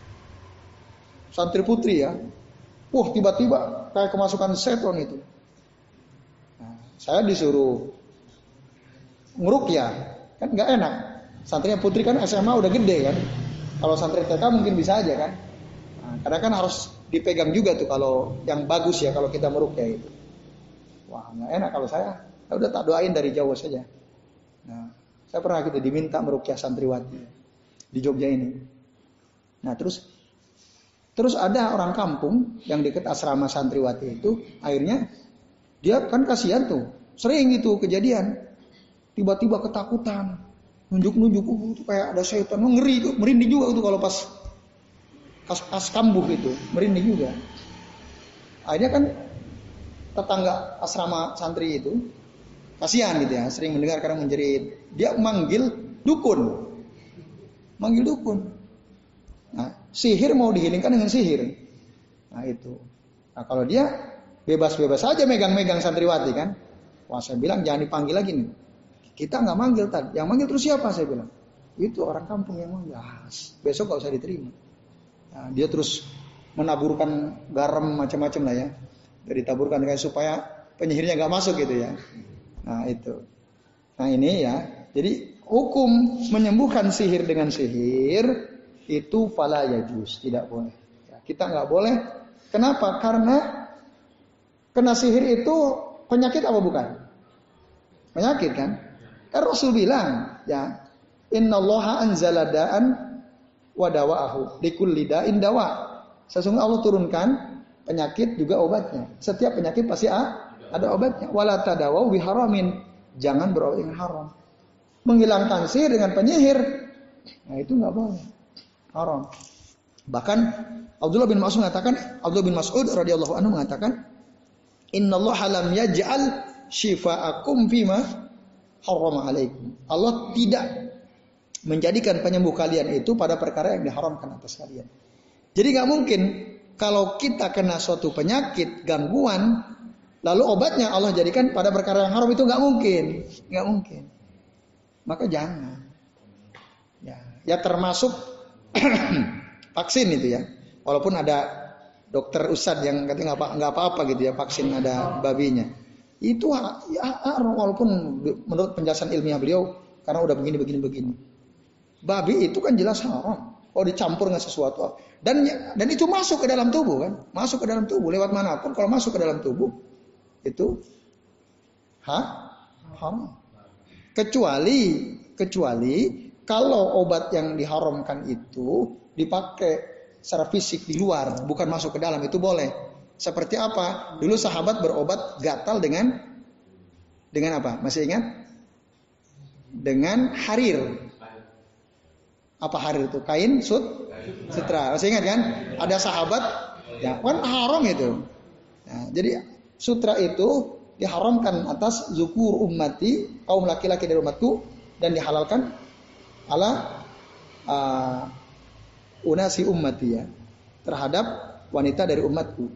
santri putri ya. Wah, tiba-tiba kayak kemasukan seton itu. Nah, saya disuruh ngeruqyah, kan nggak enak. Santrinya putri kan S M A udah gede kan. Kalau santri T K mungkin bisa aja kan. Nah, karena kan harus dipegang juga tuh kalau yang bagus ya kalau kita meruqyah itu. Wah, nggak enak kalau saya. Ya udah tak doain dari jauh saja. Nah, saya pernah gitu diminta meruqyah santriwati di Jogja ini. Nah, terus Terus ada orang kampung yang dekat asrama santriwati itu, akhirnya dia kan kasihan tuh, sering gitu kejadian, tiba-tiba ketakutan, nunjuk-nunjuk, uh, itu kayak ada setan, oh, ngeri tuh, merinding juga tuh kalau pas pas, pas kambuh itu, merinding juga. Akhirnya kan tetangga asrama santri itu, kasihan gitu ya, sering mendengar karena menjerit, dia manggil dukun, manggil dukun. Nah, sihir mau dihilangkan dengan sihir. Nah itu. Nah kalau dia bebas-bebas saja megang-megang santriwati kan. Wah saya bilang jangan dipanggil lagi nih. Kita nggak manggil tadi. Yang manggil terus siapa saya bilang. Itu orang kampung yang manggil. Ah, besok nggak usah diterima. Nah, dia terus menaburkan garam macam-macam lah ya. Jadi ditaburkan kayak supaya penyihirnya nggak masuk gitu ya. Nah itu. Nah ini ya. Jadi hukum menyembuhkan sihir dengan sihir itu fala yajuz, tidak boleh. Ya, kita nggak boleh. Kenapa? Karena kena sihir itu penyakit apa bukan? Penyakit kan? Kan Rasul bilang, ya, innallaha anzala da'an wa dawa'ahu, likulli da'in dawa. Sesungguhnya Allah turunkan penyakit juga obatnya. Setiap penyakit pasti ada obatnya. Wala tadawau biharamin, jangan berobat dengan haram. Menghilangkan sihir dengan penyihir, nah itu nggak boleh. Haram. Bahkan Abdullah bin Mas'ud mengatakan, Abdullah bin Mas'ud radhiyallahu anhu mengatakan, innallaha lam yaj'al shifa'akum fima harrama alaikum. Allah tidak menjadikan penyembuh kalian itu pada perkara yang diharamkan atas kalian. Jadi nggak mungkin Kalau kita kena suatu penyakit, gangguan, lalu obatnya Allah jadikan pada perkara yang haram, itu nggak mungkin, nggak mungkin. Maka jangan. Ya, ya termasuk vaksin itu ya. Walaupun ada dokter ustadz yang katanya nggak apa-apa gitu ya vaksin ada babinya. Itu ya, walaupun menurut penjelasan ilmiah beliau karena udah begini begini begini. Babi itu kan jelas haram. Oh dicampur dengan sesuatu. Dan dan itu masuk ke dalam tubuh kan? Masuk ke dalam tubuh lewat manapun kalau masuk ke dalam tubuh itu ha? Haram. Kecuali kecuali kalau obat yang diharamkan itu dipakai secara fisik di luar, bukan masuk ke dalam, itu boleh. Seperti apa? Dulu sahabat berobat gatal dengan dengan apa? Masih ingat? Dengan harir. Apa harir itu? Kain sut sutra. Masih ingat kan? Ada sahabat, ya kan haram itu. Nah, jadi sutra itu diharamkan atas zukur ummati, kaum laki-laki dari umatku, dan dihalalkan ala uh, unasi ummati ya, terhadap wanita dari umatku.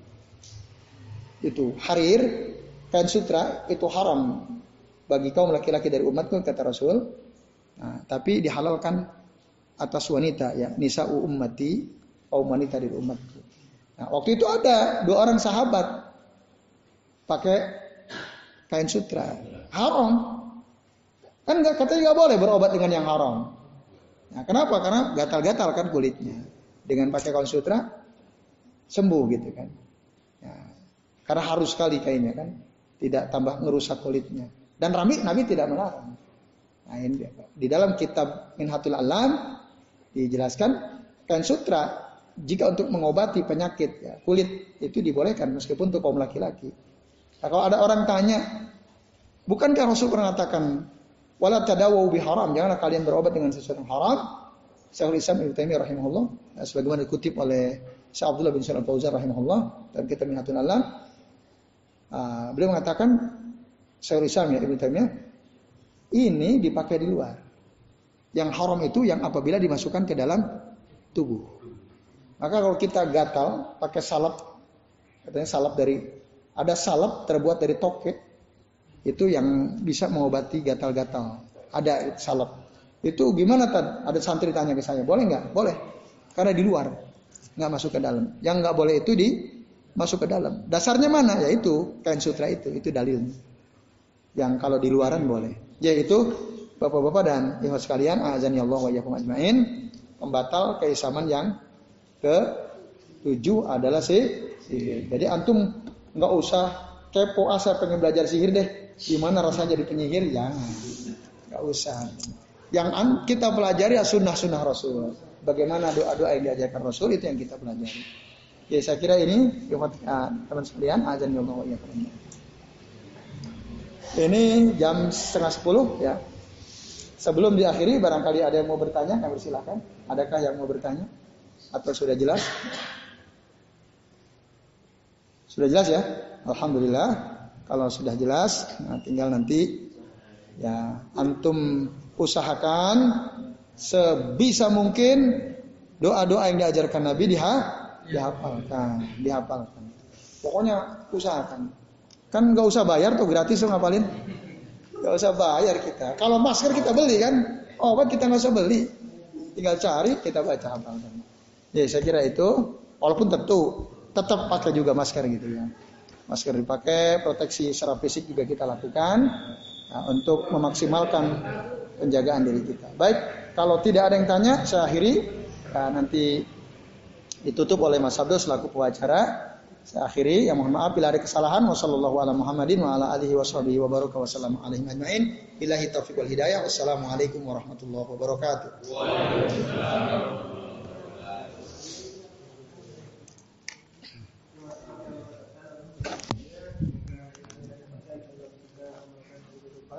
Itu harir, kain sutra itu haram bagi kaum laki-laki dari umatku kata Rasul. Nah, tapi dihalalkan atas wanita ya, nisa'u ummati, kaum wanita dari umatku. Nah, waktu itu ada dua orang sahabat pakai kain sutra, haram. Kan nggak, katanya nggak boleh berobat dengan yang haram. Nah, kenapa? Karena gatal-gatal kan kulitnya. Dengan pakai kain sutra sembuh gitu kan. Ya, karena harus sekali kainnya kan, tidak tambah ngerusak kulitnya. Dan Nabi, Nabi tidak melarang. Nah, ini, di dalam kitab Minhatul Alam dijelaskan kain sutra jika untuk mengobati penyakit ya, kulit itu dibolehkan meskipun untuk kaum laki-laki. Nah, kalau ada orang tanya, bukankah Rasul pernah mengatakan wala tadawu bi haram, janganlah kalian berobat dengan sesuatu yang haram? Syekhul Islam Ibnu Taimiyah rahimahullah, nah, sebagaimana dikutip oleh Syekh Abdullah bin Shalih Al-Fauzan rahimahullah dalam kitab Minhatul Alam, uh, beliau mengatakan Syekhul Islam ya Ibnu Taimiyah ini dipakai di luar. Yang haram itu yang apabila dimasukkan ke dalam tubuh. Maka kalau kita gatal pakai salep, katanya salep dari ada salep terbuat dari toke, itu yang bisa mengobati gatal-gatal. Ada salep. Itu gimana Tad? Ada santri tanya ke saya, boleh nggak? Boleh. Karena di luar, nggak masuk ke dalam. Yang nggak boleh itu di masuk ke dalam. Dasarnya mana? Yaitu kain sutra itu, itu dalilnya. Yang kalau di luaran boleh. Yaitu Bapak-bapak dan ibu sekalian, azani Allah wa iyyakum ajmain, pembatal keislaman yang ketujuh adalah sihir. Jadi antum nggak usah kepo, asa pengen belajar sihir deh. Gimana rasanya jadi penyihir? Jangan, nggak usah. Yang kita pelajari ya sunnah-sunnah Rasul. Bagaimana doa-doa yang diajarkan Rasul itu yang kita pelajari. Ya saya kira ini teman sekalian, azani Allah wa iyyakum ajmain. Ini jam setengah sepuluh ya. Sebelum diakhiri, barangkali ada yang mau bertanya, kami persilakan. Adakah yang mau bertanya? Atau sudah jelas? Sudah jelas ya? Alhamdulillah. Kalau sudah jelas, nah tinggal nanti ya antum usahakan sebisa mungkin doa-doa yang diajarkan Nabi diha, dihafalkan, dihafalkan. Pokoknya usahakan. Kan nggak usah bayar tuh, gratis tuh ngapalin. Gak usah bayar kita. Kalau masker kita beli kan, obat kita nggak usah beli, tinggal cari kita baca hafalkan. Ya saya kira itu, walaupun tentu tetap pakai juga masker gitu ya. Masker dipakai, proteksi secara fisik juga kita lakukan nah, untuk memaksimalkan penjagaan diri kita. Baik, kalau tidak ada yang tanya, saya akhiri. Nah, nanti ditutup oleh Mas Abdul selaku pewacara. Saya akhiri, yang mohon maaf bila ada kesalahan. Wassallallahu ala Muhammadin wa ala alihi washabihi wa baraka wa sallam alaihi ajmain. Billahi taufiq wal hidayah. Wassalamualaikum warahmatullahi wabarakatuh. Waalaikumsalam.